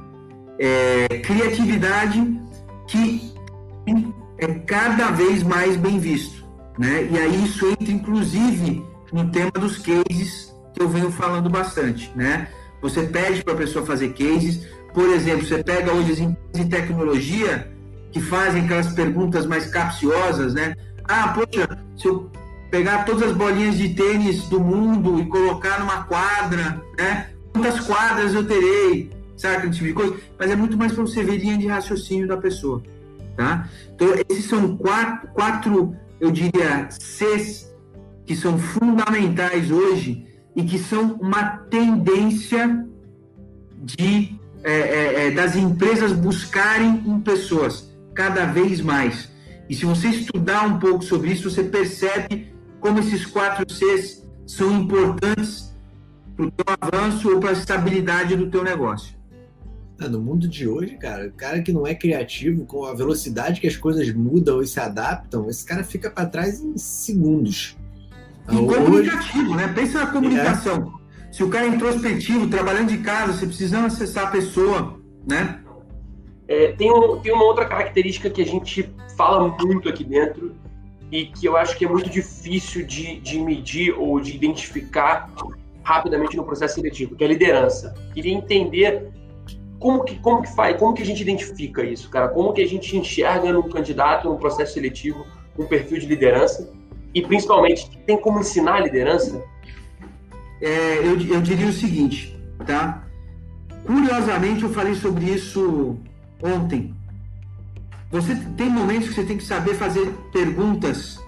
S1: Criatividade que é cada vez mais bem visto, né? E aí isso entra, inclusive, no tema dos cases, que eu venho falando bastante, né? Você pede para a pessoa fazer cases, por exemplo, você pega hoje as empresas de tecnologia que fazem aquelas perguntas mais capciosas, né? Ah, poxa, se eu pegar todas as bolinhas de tênis do mundo e colocar numa quadra, né? Quantas quadras eu terei? Sabe aquele tipo de coisa? Mas é muito mais para você ver linha de raciocínio da pessoa, tá? Então, esses são quatro, eu diria, Cs que são fundamentais hoje e que são uma tendência das empresas buscarem em pessoas cada vez mais. E se você estudar um pouco sobre isso, você percebe como esses 4 Cs são importantes para o teu avanço ou para a estabilidade do teu negócio.
S3: No mundo de hoje, cara, o cara que não é criativo, com a velocidade que as coisas mudam e se adaptam, esse cara fica para trás em segundos.
S1: E comunicativo, né? Pensa na comunicação. Se o cara é introspectivo, trabalhando de casa, você precisa acessar a pessoa, né?
S2: Tem uma outra característica que a gente fala muito aqui dentro e que eu acho que é muito difícil de medir ou de identificar rapidamente no processo seletivo, que é a liderança. Queria entender como que a gente identifica isso, cara? Como que a gente enxerga num candidato, num processo seletivo, um perfil de liderança? E, principalmente, tem como ensinar a liderança?
S1: Eu diria o seguinte, tá? Curiosamente, eu falei sobre isso ontem. Você tem momentos que você tem que saber fazer perguntas,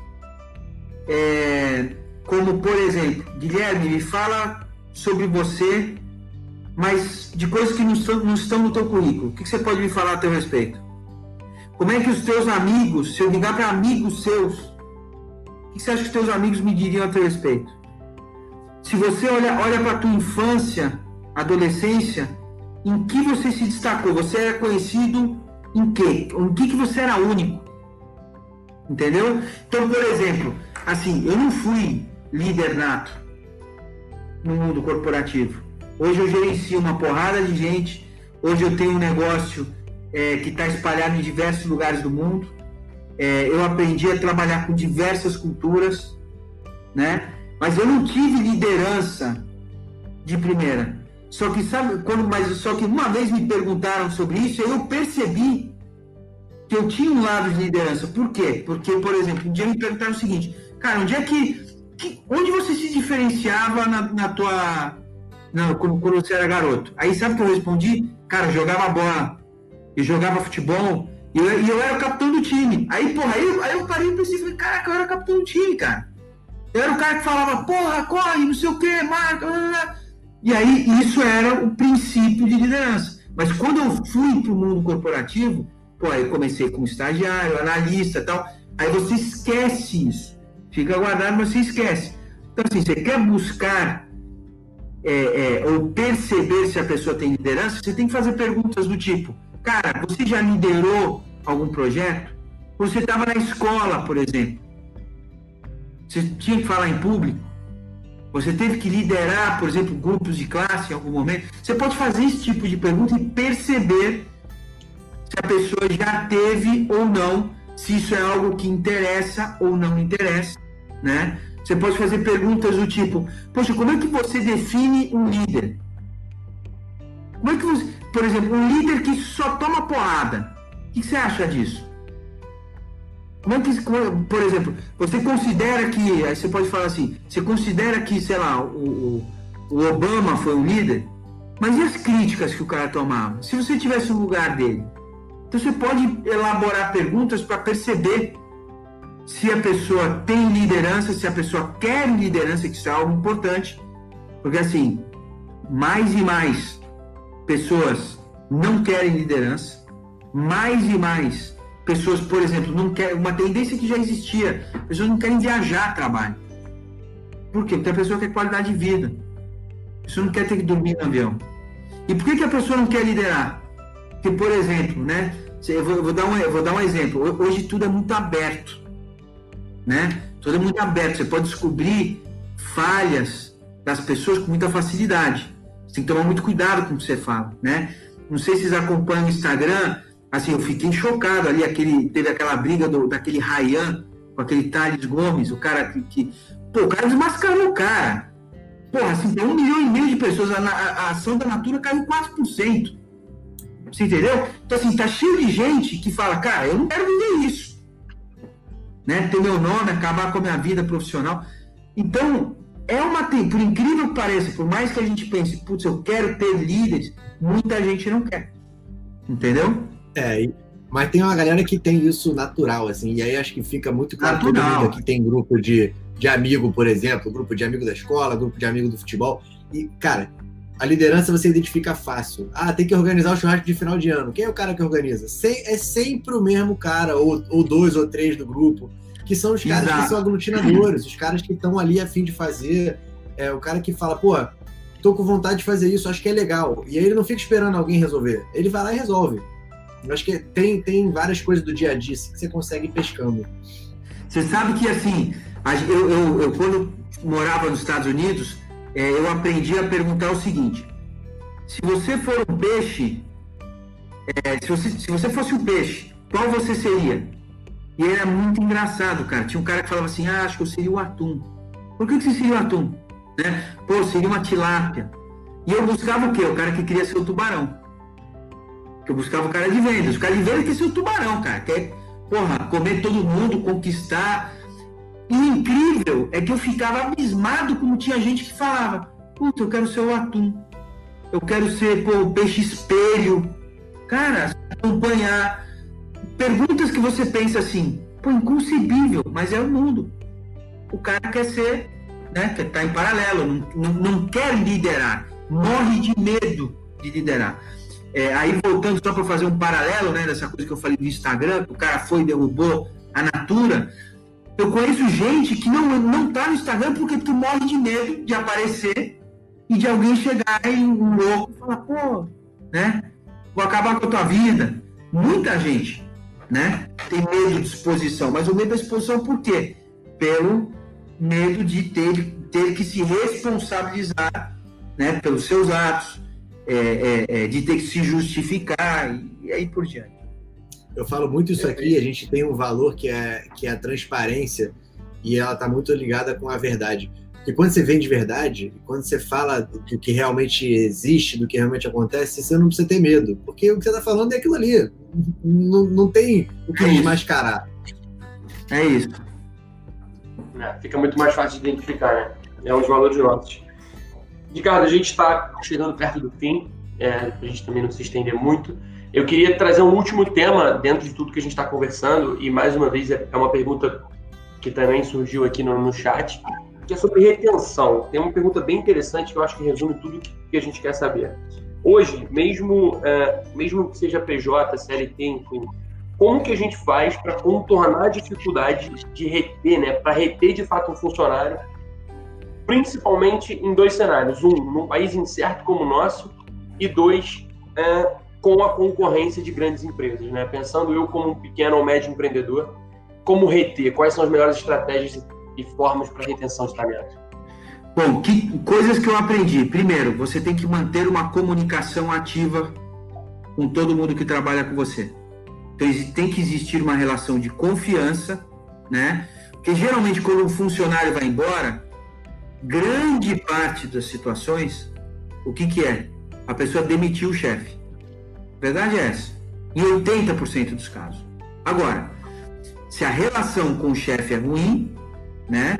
S1: como, por exemplo, Guilherme, me fala sobre você, mas de coisas que não estão no teu currículo. O que você pode me falar a teu respeito? Como é que os teus amigos, se eu ligar para amigos seus, o que você acha que os teus amigos me diriam a teu respeito? Se você olha para a tua infância, adolescência, em que você se destacou? Você era conhecido em quê? Em que você era único? Entendeu? Então, por exemplo, assim, eu não fui líder nato no mundo corporativo. Hoje eu gerencio uma porrada de gente, hoje eu tenho um negócio que está espalhado em diversos lugares do mundo. Eu aprendi a trabalhar com diversas culturas, né? Mas eu não tive liderança de primeira. Só que uma vez me perguntaram sobre isso, e eu percebi que eu tinha um lado de liderança. Por quê? Porque, por exemplo, um dia me perguntaram o seguinte: cara, onde você se diferenciava quando você era garoto? Aí sabe o que eu respondi? Cara, eu jogava bola, eu jogava futebol, e eu era o capitão do time. Aí, porra, aí eu parei e pensei, falei, caraca, eu era o capitão do time, cara. Eu era o cara que falava, porra, corre, não sei o que, marca. E aí, isso era o princípio de liderança. Mas quando eu fui para o mundo corporativo, eu comecei como estagiário, analista e tal. Aí você esquece isso. Fica guardado, mas você esquece. Então, assim, você quer buscar ou perceber se a pessoa tem liderança, você tem que fazer perguntas do tipo: cara, você já liderou algum projeto? Você estava na escola, por exemplo. Você tinha que falar em público? Você teve que liderar, por exemplo, grupos de classe em algum momento? Você pode fazer esse tipo de pergunta e perceber se a pessoa já teve ou não, se isso é algo que interessa ou não interessa, né? Você pode fazer perguntas do tipo: poxa, como é que você define um líder? Como é que você, por exemplo, um líder que só toma porrada, o que você acha disso? Por exemplo, você considera que, aí você pode falar assim, você considera que, sei lá, o Obama foi um líder, mas e as críticas que o cara tomava? Se você tivesse no lugar dele, então você pode elaborar perguntas para perceber se a pessoa tem liderança, se a pessoa quer liderança, que isso é algo importante, porque assim, mais e mais pessoas não querem liderança, mais e mais pessoas, por exemplo, não querem, uma tendência que já existia, pessoas não querem viajar a trabalho. Por quê? Porque a pessoa quer qualidade de vida, a pessoa não quer ter que dormir no avião. E por que a pessoa não quer liderar? Porque, por exemplo, né, eu vou dar um exemplo, hoje tudo é muito aberto, né? Tudo é muito aberto, você pode descobrir falhas das pessoas com muita facilidade. Você tem que tomar muito cuidado com o que você fala, né? Não sei se vocês acompanham o Instagram, assim, eu fiquei chocado ali, teve aquela briga daquele Ryan com aquele Thales Gomes, o cara o cara desmascarou o cara. Porra, assim, tem 1,5 milhão de pessoas, a ação da Natura caiu 4%. Você entendeu? Então, assim, tá cheio de gente que fala, cara, eu não quero viver isso. Né? Ter meu nome, acabar com a minha vida profissional. Então, por incrível que pareça, por mais que a gente pense, putz, eu quero ter líderes, muita gente não quer. Entendeu?
S3: Mas tem uma galera que tem isso natural, assim, e aí acho que fica muito claro que todo mundo aqui tem grupo de amigo, por exemplo, grupo de amigo da escola, grupo de amigo do futebol, e, cara, a liderança você identifica fácil. Tem que organizar o churrasco de final de ano. Quem é o cara que organiza? É sempre o mesmo cara, ou 2 ou 3 do grupo, que são os caras que são aglutinadores, os caras que estão ali a fim de fazer, o cara que fala, pô, tô com vontade de fazer isso, acho que é legal. E aí ele não fica esperando alguém resolver, ele vai lá e resolve. Eu acho que tem várias coisas do dia a dia assim, que você consegue ir pescando.
S1: Você sabe que, assim, eu quando morava nos Estados Unidos, eu aprendi a perguntar o seguinte: se você for um peixe, se você fosse um peixe, qual você seria? E era muito engraçado, cara. Tinha um cara que falava assim, acho que eu seria o atum. Por que você seria o atum? Né? Pô, seria uma tilápia. E eu buscava o quê? O cara que queria ser o tubarão. Eu buscava o cara de vendas. O cara de vendas quer ser o tubarão, cara. Quer, comer todo mundo, conquistar. E o incrível é que eu ficava abismado como tinha gente que falava, puta, eu quero ser o atum. Eu quero ser, o peixe espelho. Cara, acompanhar. Perguntas que você pensa assim, inconcebível, mas é o mundo. O cara quer ser, né, quer estar em paralelo, não quer liderar, morre de medo de liderar. Aí voltando só para fazer um paralelo, né, dessa coisa que eu falei do Instagram, que o cara foi e derrubou a Natura, eu conheço gente que não tá no Instagram porque morre de medo de aparecer e de alguém chegar aí um louco e falar, né, vou acabar com a tua vida. Muita gente, né, tem medo de exposição, mas o medo da exposição por quê? Pelo medo de ter que se responsabilizar, né, pelos seus atos, de ter que se justificar e aí por diante.
S3: Eu falo muito isso aqui, a gente tem um valor que é a transparência e ela está muito ligada com a verdade. Porque quando você vende verdade, quando você fala do que realmente existe, do que realmente acontece, você não precisa ter medo, porque o que você está falando é aquilo ali. Não tem o que desmascarar.
S1: É isso.
S2: Fica muito mais fácil de identificar, né? É um dos valores nossos. Ricardo, a gente está chegando perto do fim, para a gente também não se estender muito. Eu queria trazer um último tema dentro de tudo que a gente está conversando, e mais uma vez é uma pergunta que também surgiu aqui no chat, que é sobre retenção. Tem uma pergunta bem interessante que eu acho que resume tudo que a gente quer saber. Hoje, mesmo que seja PJ, CLT, enfim, como que a gente faz para contornar a dificuldade de reter, né, para reter de fato um funcionário, principalmente em 2 cenários. Num país incerto como o nosso, e 2, com a concorrência de grandes empresas, né? Pensando eu como um pequeno ou médio empreendedor, como reter? Quais são as melhores estratégias e formas para retenção de talentos?
S1: Bom, coisas que eu aprendi. Primeiro, você tem que manter uma comunicação ativa com todo mundo que trabalha com você. Então, tem que existir uma relação de confiança, né? Porque geralmente quando um funcionário vai embora, grande parte das situações, o que é? A pessoa demitiu o chefe. A verdade é essa. Em 80% dos casos. Agora, se a relação com o chefe é ruim, né?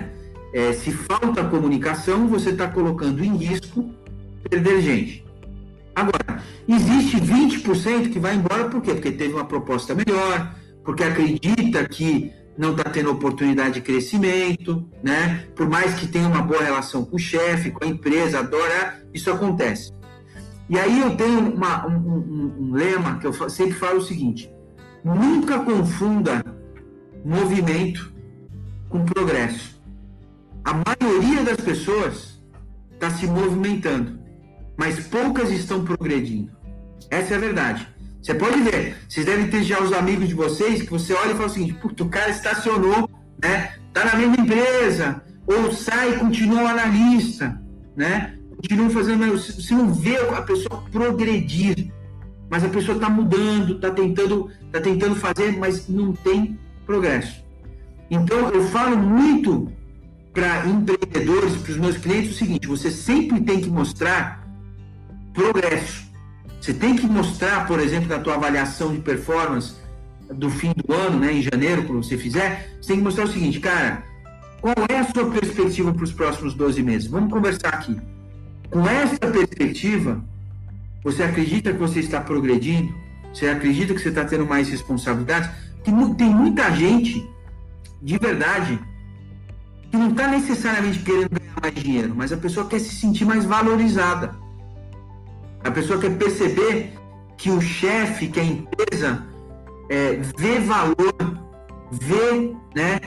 S1: Se falta comunicação, você está colocando em risco perder gente. Agora, existe 20% que vai embora por quê? Porque teve uma proposta melhor, porque acredita que não está tendo oportunidade de crescimento, né? Por mais que tenha uma boa relação com o chefe, com a empresa, adora, isso acontece. E aí eu tenho um lema que eu sempre falo o seguinte: nunca confunda movimento com progresso. A maioria das pessoas está se movimentando, mas poucas estão progredindo. Essa é a verdade. Você pode ver, vocês devem ter já os amigos de vocês, que você olha e fala o seguinte: puta, o cara estacionou, né? Tá na mesma empresa, ou sai e continua analista, né? Continua fazendo, você não vê a pessoa progredir, mas a pessoa está mudando, está tentando fazer, mas não tem progresso. Então, eu falo muito para empreendedores, para os meus clientes, o seguinte: você sempre tem que mostrar progresso. Você tem que mostrar, por exemplo, na tua avaliação de performance do fim do ano, né, em janeiro, quando você fizer, você tem que mostrar o seguinte: cara, qual é a sua perspectiva para os próximos 12 meses? Vamos conversar aqui. Com essa perspectiva, você acredita que você está progredindo? Você acredita que você está tendo mais responsabilidades? Tem muita gente, de verdade, que não está necessariamente querendo ganhar mais dinheiro, mas a pessoa quer se sentir mais valorizada. A pessoa quer perceber que o chefe, que a empresa vê valor, vê, né,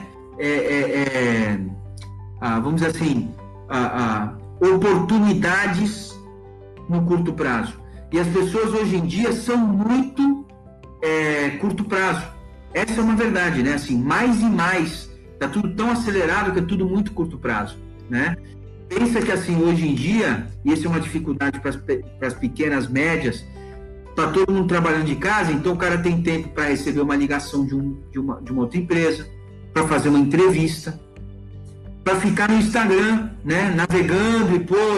S1: vamos dizer assim, oportunidades no curto prazo. E as pessoas hoje em dia são muito curto prazo. Essa é uma verdade, né? Assim, mais e mais. Está tudo tão acelerado que é tudo muito curto prazo, né? Pensa que assim, hoje em dia, e isso é uma dificuldade para as pequenas, médias, está todo mundo trabalhando de casa, então o cara tem tempo para receber uma ligação de uma outra empresa, para fazer uma entrevista, para ficar no Instagram, né, navegando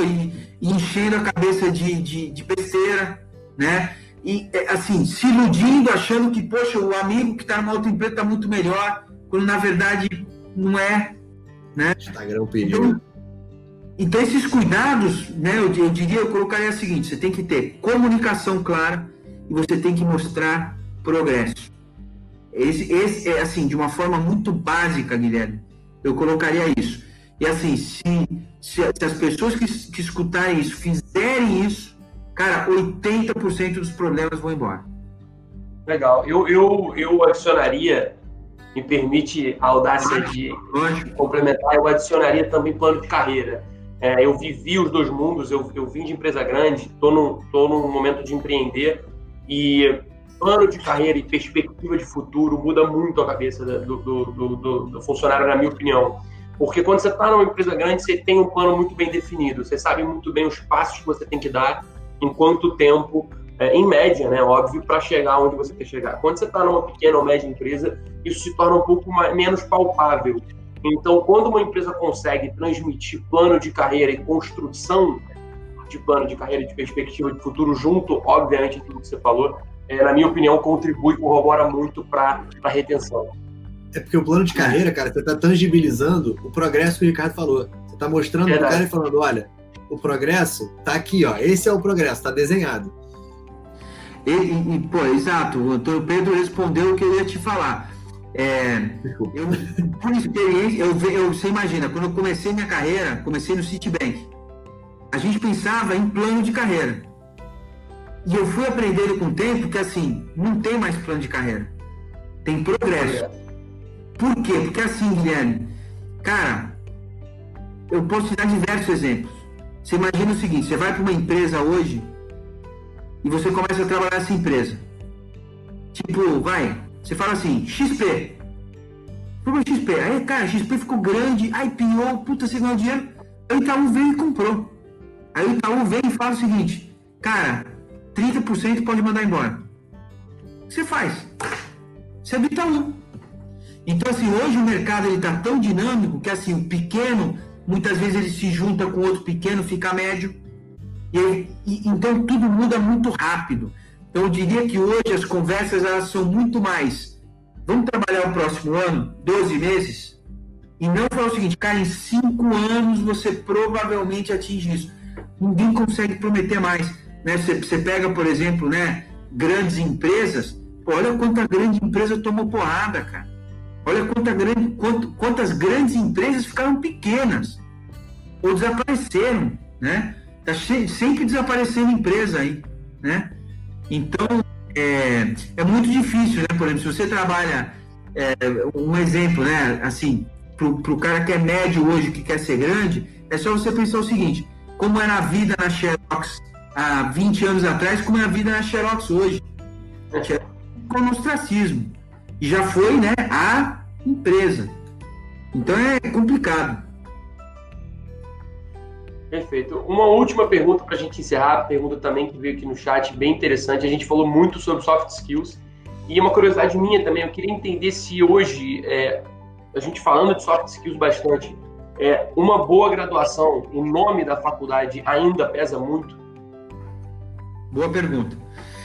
S1: e enchendo a cabeça de besteira, né? E assim, se iludindo, achando que, poxa, o amigo que está numa outra empresa está muito melhor, quando na verdade não é, né?
S3: Instagram pediu.
S1: Então esses cuidados, né, eu colocaria o seguinte: você tem que ter comunicação clara e você tem que mostrar progresso. Esse é assim, de uma forma muito básica, Guilherme, eu colocaria isso. E assim, se as pessoas que escutarem isso, fizerem isso, cara, 80% dos problemas vão embora.
S2: Legal. Eu adicionaria, me permite a audácia de complementar, eu adicionaria também plano de carreira. Eu vivi os dois mundos, eu vim de empresa grande, estou num momento de empreender, e plano de carreira e perspectiva de futuro muda muito a cabeça do funcionário, na minha opinião. Porque quando você está numa empresa grande, você tem um plano muito bem definido, você sabe muito bem os passos que você tem que dar, em quanto tempo, em média, né, óbvio, para chegar onde você quer chegar. Quando você está numa pequena ou média empresa, isso se torna um pouco menos palpável. Então, quando uma empresa consegue transmitir plano de carreira e construção de plano de carreira e de perspectiva de futuro junto, obviamente, tudo que você falou, na minha opinião, contribui, corrobora muito para a retenção.
S3: É porque o plano de carreira, cara, você está tangibilizando o progresso que o Ricardo falou. Você está mostrando para o cara e falando: olha, o progresso está aqui, ó, esse é o progresso, está desenhado.
S1: Pô, exato, o Antônio Pedro respondeu o que eu ia te falar. Por experiência, você imagina, quando eu comecei minha carreira, comecei no Citibank, a gente pensava em plano de carreira. E eu fui aprendendo com o tempo que, assim, não tem mais plano de carreira. Tem progresso. Por quê? Porque assim, Guilherme, cara, eu posso te dar diversos exemplos. Você imagina o seguinte: você vai para uma empresa hoje e você começa a trabalhar nessa empresa. Tipo, você fala assim, XP. Foi XP. Aí, cara, XP ficou grande, IPO, puta, você ganhou dinheiro. Aí o Itaú veio e comprou. Aí o Itaú vem e fala o seguinte: cara, 30% pode mandar embora. O que você faz? Você é do Itaú. Então, assim, hoje o mercado está tão dinâmico que, assim, o pequeno, muitas vezes ele se junta com outro pequeno, fica médio. Então, tudo muda muito rápido. Então, eu diria que hoje as conversas elas são muito mais: vamos trabalhar o próximo ano, 12 meses, E não falar o seguinte, cara, em 5 anos você provavelmente atinge isso. Ninguém consegue prometer mais. Né? Você pega, por exemplo, né, grandes empresas, pô, olha quanta grande empresa tomou porrada, cara. Olha quantas grandes empresas ficaram pequenas ou desapareceram, né? Tá sempre desaparecendo empresa aí, né? Então, é muito difícil, né? Por exemplo, se você trabalha, um exemplo, né? Assim, pro cara que é médio hoje, que quer ser grande, é só você pensar o seguinte, como era a vida na Xerox há 20 anos atrás, como é a vida na Xerox hoje. Com o ostracismo. E já foi, né, a empresa. Então é complicado.
S2: Perfeito. Uma última pergunta para a gente encerrar, pergunta também que veio aqui no chat, bem interessante. A gente falou muito sobre soft skills e uma curiosidade minha também, eu queria entender se hoje, a gente falando de soft skills bastante, uma boa graduação, o nome da faculdade ainda pesa muito?
S1: Boa pergunta.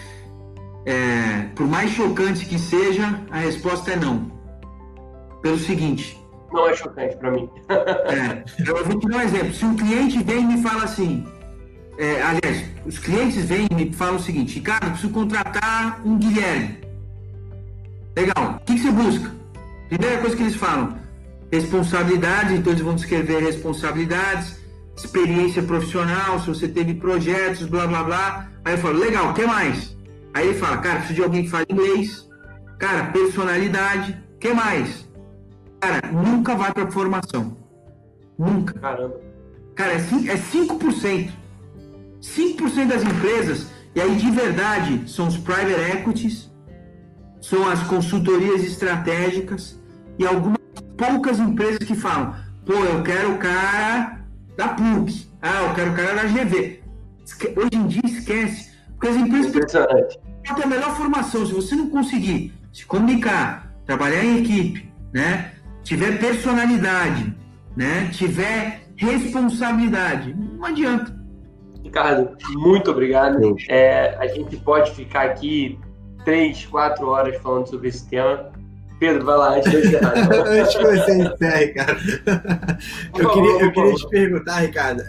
S1: Por mais chocante que seja, a resposta é não. Pelo seguinte...
S2: Não é chocante para mim.
S1: Eu vou te dar um exemplo. Se um cliente vem e me fala assim... aliás, os clientes vêm e me falam o seguinte, Ricardo, eu preciso contratar um Guilherme. Legal. O que você busca? Primeira coisa que eles falam, responsabilidade, então eles vão descrever responsabilidades, experiência profissional, se você teve projetos, blá, blá, blá. Aí eu falo, legal, o que mais? Aí ele fala, cara, preciso de alguém que fale inglês. Cara, personalidade. O que mais? Cara, nunca vai para formação. Nunca.
S2: Caramba.
S1: Cara, é 5%. 5% das empresas, e aí de verdade, são os private equities, são as consultorias estratégicas e algumas poucas empresas que falam, pô, eu quero o cara da PUC, eu quero o cara da GV. Hoje em dia esquece, porque as empresas precisam ter a melhor formação. Se você não conseguir se comunicar, trabalhar em equipe, né, tiver personalidade, né, tiver responsabilidade, não adianta.
S2: Ricardo, muito obrigado. A gente pode ficar aqui 3, 4 horas falando sobre esse tema. Pedro, vai lá, antes de eu encerrar.
S3: Antes que você encerre, Ricardo. Eu queria te perguntar, Ricardo,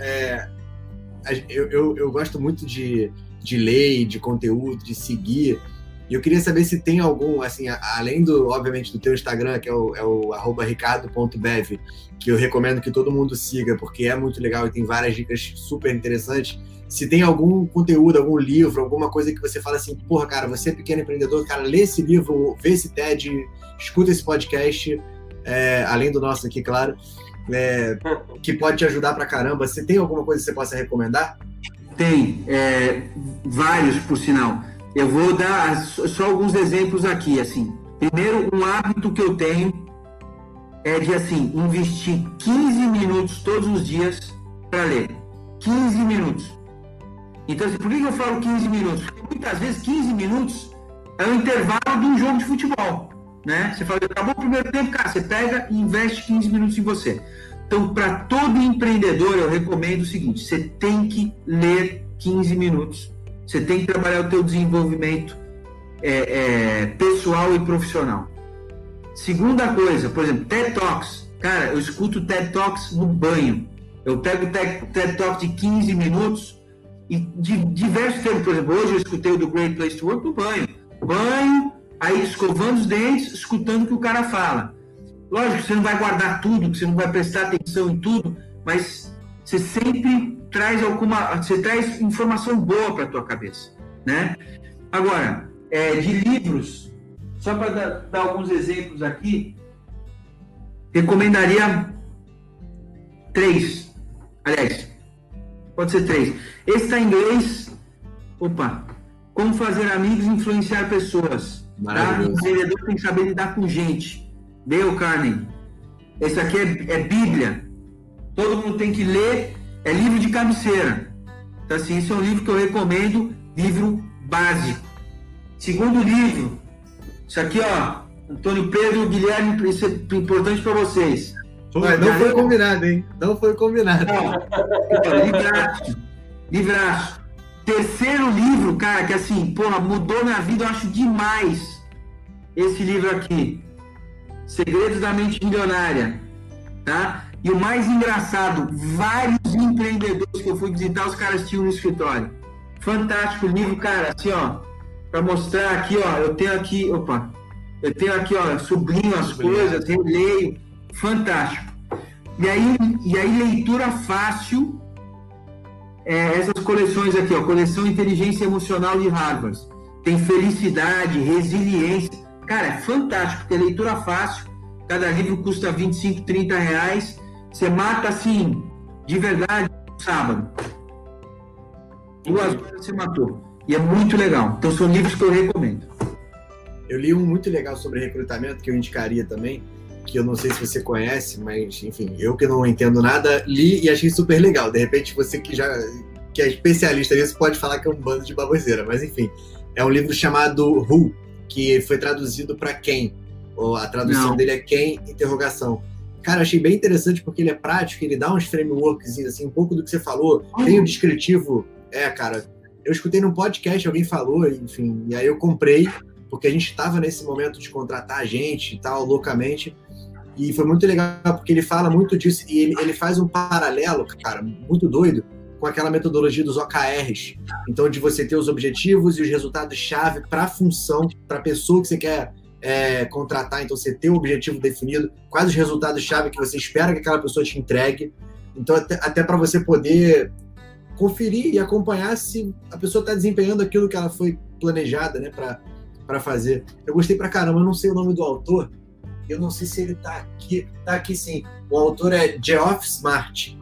S3: eu gosto muito de ler, de conteúdo, de seguir, e eu queria saber se tem algum, assim, além obviamente, do teu Instagram, que é o @ricardo.bev, que eu recomendo que todo mundo siga, porque é muito legal e tem várias dicas super interessantes. Se tem algum conteúdo, algum livro, alguma coisa que você fala assim, porra, cara, você é pequeno empreendedor, cara, lê esse livro, vê esse TED, escuta esse podcast, além do nosso aqui, claro, que pode te ajudar pra caramba. Se tem alguma coisa que você possa recomendar?
S1: Tem, vários, por sinal. Eu vou dar só alguns exemplos aqui, assim. Primeiro, um hábito que eu tenho é de, assim, investir 15 minutos todos os dias para ler. 15 minutos. Então, assim, por que eu falo 15 minutos? Porque muitas vezes 15 minutos é o intervalo de um jogo de futebol, né? Você fala, acabou o primeiro tempo, cara, você pega e investe 15 minutos em você. Então, para todo empreendedor, eu recomendo o seguinte, você tem que ler 15 minutos. Você tem que trabalhar o teu desenvolvimento pessoal e profissional. Segunda coisa, por exemplo, TED Talks. Cara, eu escuto TED Talks no banho. Eu pego o TED Talk de 15 minutos e de diversos temas. Por exemplo, hoje eu escutei o do Great Place to Work no banho. Banho, aí escovando os dentes, escutando o que o cara fala. Lógico que você não vai guardar tudo, que você não vai prestar atenção em tudo, mas você sempre traz você traz informação boa para a tua cabeça, né? Agora, de livros, só para dar alguns exemplos aqui, recomendaria 3. Aliás, pode ser 3. Esse está em inglês. Como fazer amigos e influenciar pessoas.
S3: Maravilhoso.
S1: O empreendedor tem que saber lidar com gente. Dale Carnegie. Esse aqui é Bíblia. Todo mundo tem que ler. É livro de cabeceira. Então, assim, esse é um livro que eu recomendo. Livro básico. Segundo livro. Isso aqui, ó. Antônio Pedro, Guilherme, isso é importante para vocês.
S3: Não foi combinado, hein? Não foi combinado.
S1: Livraço. Terceiro livro, cara, que assim, porra, mudou minha vida, eu acho demais. Esse livro aqui. Segredos da Mente Milionária. tá? E o mais engraçado, vários empreendedores que eu fui visitar, os caras tinham no escritório. Fantástico o livro, cara, assim, ó, para mostrar aqui, ó, eu tenho aqui, ó, sublinho as coisas, releio, fantástico. E aí leitura fácil, essas coleções aqui, ó, coleção Inteligência Emocional de Harvard, tem felicidade, resiliência, cara, é fantástico, porque leitura fácil, cada livro custa 25, 30 reais, você mata assim, de verdade, no sábado. 2 horas você matou. E é muito legal. Então são livros que eu recomendo.
S3: Eu li um muito legal sobre recrutamento, que eu indicaria também, que eu não sei se você conhece, mas, enfim, eu que não entendo nada, li e achei super legal. De repente, você que é especialista nisso pode falar que é um bando de baboseira, mas, enfim. É um livro chamado Who, que foi traduzido para quem? Ou a tradução dele é quem? Interrogação. Cara, achei bem interessante porque ele é prático, ele dá uns frameworks, assim, um pouco do que você falou, tem o descritivo. Cara, eu escutei num podcast, alguém falou, enfim, e aí eu comprei, porque a gente estava nesse momento de contratar gente e tal, loucamente, e foi muito legal, porque ele fala muito disso, e ele faz um paralelo, cara, muito doido, com aquela metodologia dos OKRs, então de você ter os objetivos e os resultados-chave para a função, para a pessoa que você quer contratar, então você ter o objetivo definido, quais os resultados-chave que você espera que aquela pessoa te entregue, então até para você poder conferir e acompanhar se a pessoa está desempenhando aquilo que ela foi planejada, né, para fazer. Eu gostei pra caramba, eu não sei o nome do autor, eu não sei se ele tá aqui sim. O autor é Geoff Smart,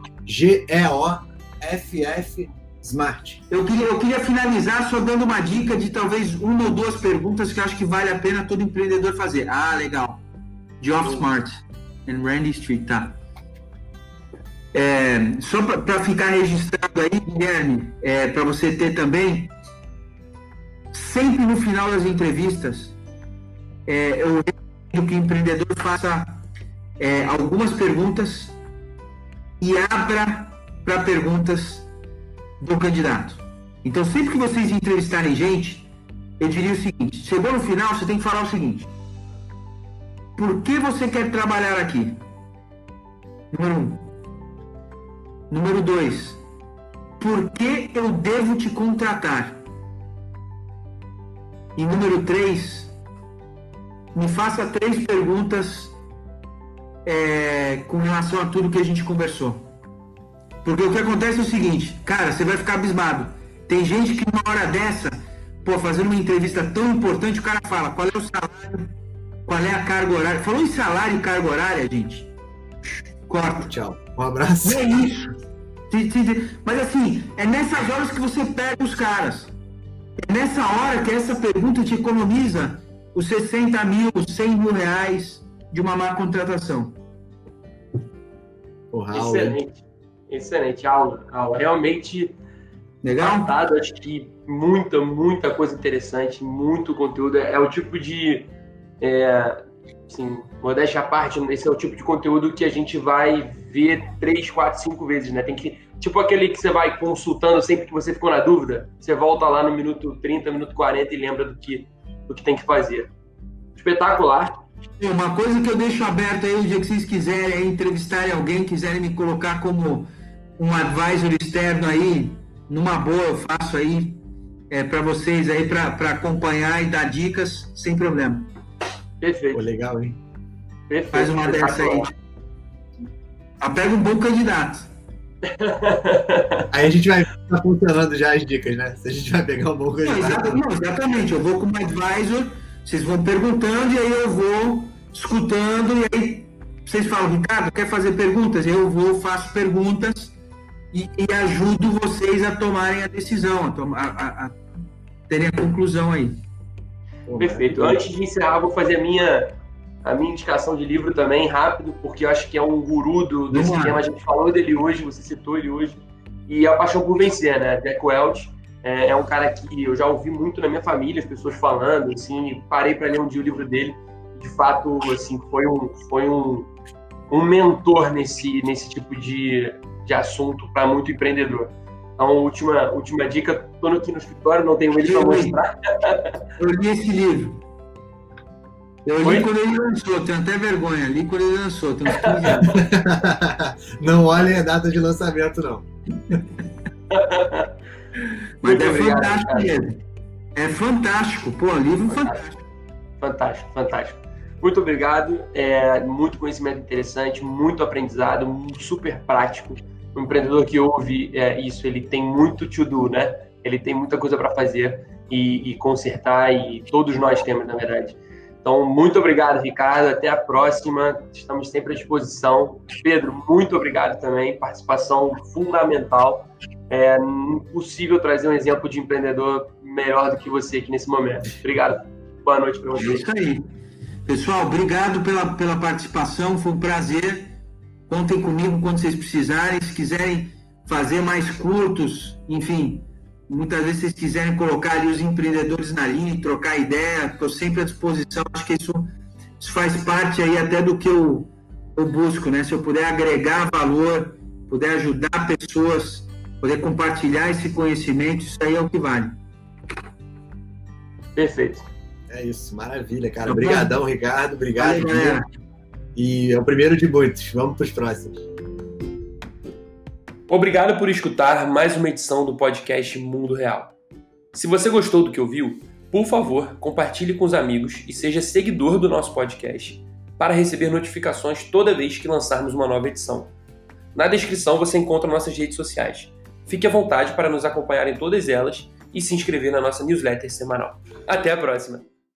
S3: Geoff Smart.
S1: Eu queria finalizar só dando uma dica de talvez 1 ou 2 perguntas que eu acho que vale a pena todo empreendedor fazer. Ah, legal. Geoff Smart and Randy Street, tá. Só para ficar registrado aí, Guilherme, para você ter também, sempre no final das entrevistas, eu recomendo que o empreendedor faça algumas perguntas e abra para perguntas do candidato. Então, sempre que vocês entrevistarem gente, eu diria o seguinte: chegou no final, você tem que falar o seguinte: por que você quer trabalhar aqui? Número 1. Número 2, por que eu devo te contratar? E número 3, me faça 3 perguntas com relação a tudo que a gente conversou. Porque o que acontece é o seguinte, cara, você vai ficar abismado. Tem gente que numa hora dessa, fazendo uma entrevista tão importante, o cara fala, qual é o salário, qual é a carga horária. Falou em salário e carga horária, gente, corta.
S3: Tchau. Um abraço.
S1: É isso. Mas assim, é nessas horas que você pega os caras. É nessa hora que essa pergunta te economiza os 60 mil, 100 mil reais de uma má contratação.
S2: Excelente aula. Realmente
S1: legal.
S2: Acho que muita coisa interessante, muito conteúdo. É o tipo de assim, modéstia à parte, esse é o tipo de conteúdo que a gente vai ver 3, 4, 5 vezes, né? Tem que, tipo aquele que você vai consultando sempre que você ficou na dúvida, você volta lá no minuto 30, minuto 40 e lembra do que tem que fazer. Espetacular.
S1: Uma coisa que eu deixo aberto aí, o dia que vocês quiserem entrevistarem alguém, quiserem me colocar como um advisor externo aí, numa boa eu faço aí para vocês aí, para acompanhar e dar dicas, sem problema.
S2: Perfeito.
S3: Pô, legal, hein?
S2: Perfeito.
S1: Faz uma dessa aí. Pega um bom candidato.
S3: Aí a gente vai estar funcionando já as dicas, né? Se a gente vai pegar um bom candidato.
S1: Não, exatamente. Eu vou como advisor, vocês vão perguntando e aí eu vou escutando e aí vocês falam, Ricardo, quer fazer perguntas? Eu vou, faço perguntas e ajudo vocês a tomarem a decisão, a terem a conclusão aí.
S2: Perfeito. Antes de encerrar, vou fazer a minha indicação de livro também, rápido, porque eu acho que é um guru desse tema. A gente falou dele hoje, você citou ele hoje, e é A Paixão por Vencer, né? Jack Welch. É um cara que eu já ouvi muito na minha família, as pessoas falando, assim, parei para ler um dia o livro dele. De fato, assim, foi um mentor nesse tipo de assunto para muito empreendedor. Então, última dica, estou aqui no escritório, não tenho ele para mostrar.
S1: Eu li esse livro. Eu li quando ele lançou, tenho até vergonha. Li quando ele lançou, tem uns 15 anos.
S3: Não olhem a data de lançamento, não.
S1: Mas é fantástico mesmo. É fantástico. Pô, livro fantástico.
S2: Fantástico. Muito obrigado. Muito conhecimento interessante, muito aprendizado, super prático. O empreendedor que ouve isso, ele tem muito to do, né? Ele tem muita coisa para fazer e consertar, e todos nós temos, na verdade. Então, muito obrigado, Ricardo. Até a próxima. Estamos sempre à disposição. Pedro, muito obrigado também. Participação fundamental. É impossível trazer um exemplo de empreendedor melhor do que você aqui nesse momento. Obrigado. Boa noite para vocês.
S1: É isso aí. Pessoal, obrigado pela participação. Foi um prazer. Contem comigo quando vocês precisarem. Se quiserem fazer mais curtos, enfim, muitas vezes vocês quiserem colocar ali os empreendedores na linha e trocar ideia, estou sempre à disposição. Acho que isso faz parte aí até do que eu busco, né? Se eu puder agregar valor, puder ajudar pessoas, poder compartilhar esse conhecimento, isso aí é o que vale.
S2: Perfeito.
S3: É isso, maravilha, cara. Obrigadão, Ricardo. Obrigado.
S1: Valeu, galera.
S3: E é o primeiro de muitos. Vamos para os próximos.
S2: Obrigado por escutar mais uma edição do podcast Mundo Real. Se você gostou do que ouviu, por favor, compartilhe com os amigos e seja seguidor do nosso podcast para receber notificações toda vez que lançarmos uma nova edição. Na descrição você encontra nossas redes sociais. Fique à vontade para nos acompanhar em todas elas e se inscrever na nossa newsletter semanal. Até a próxima!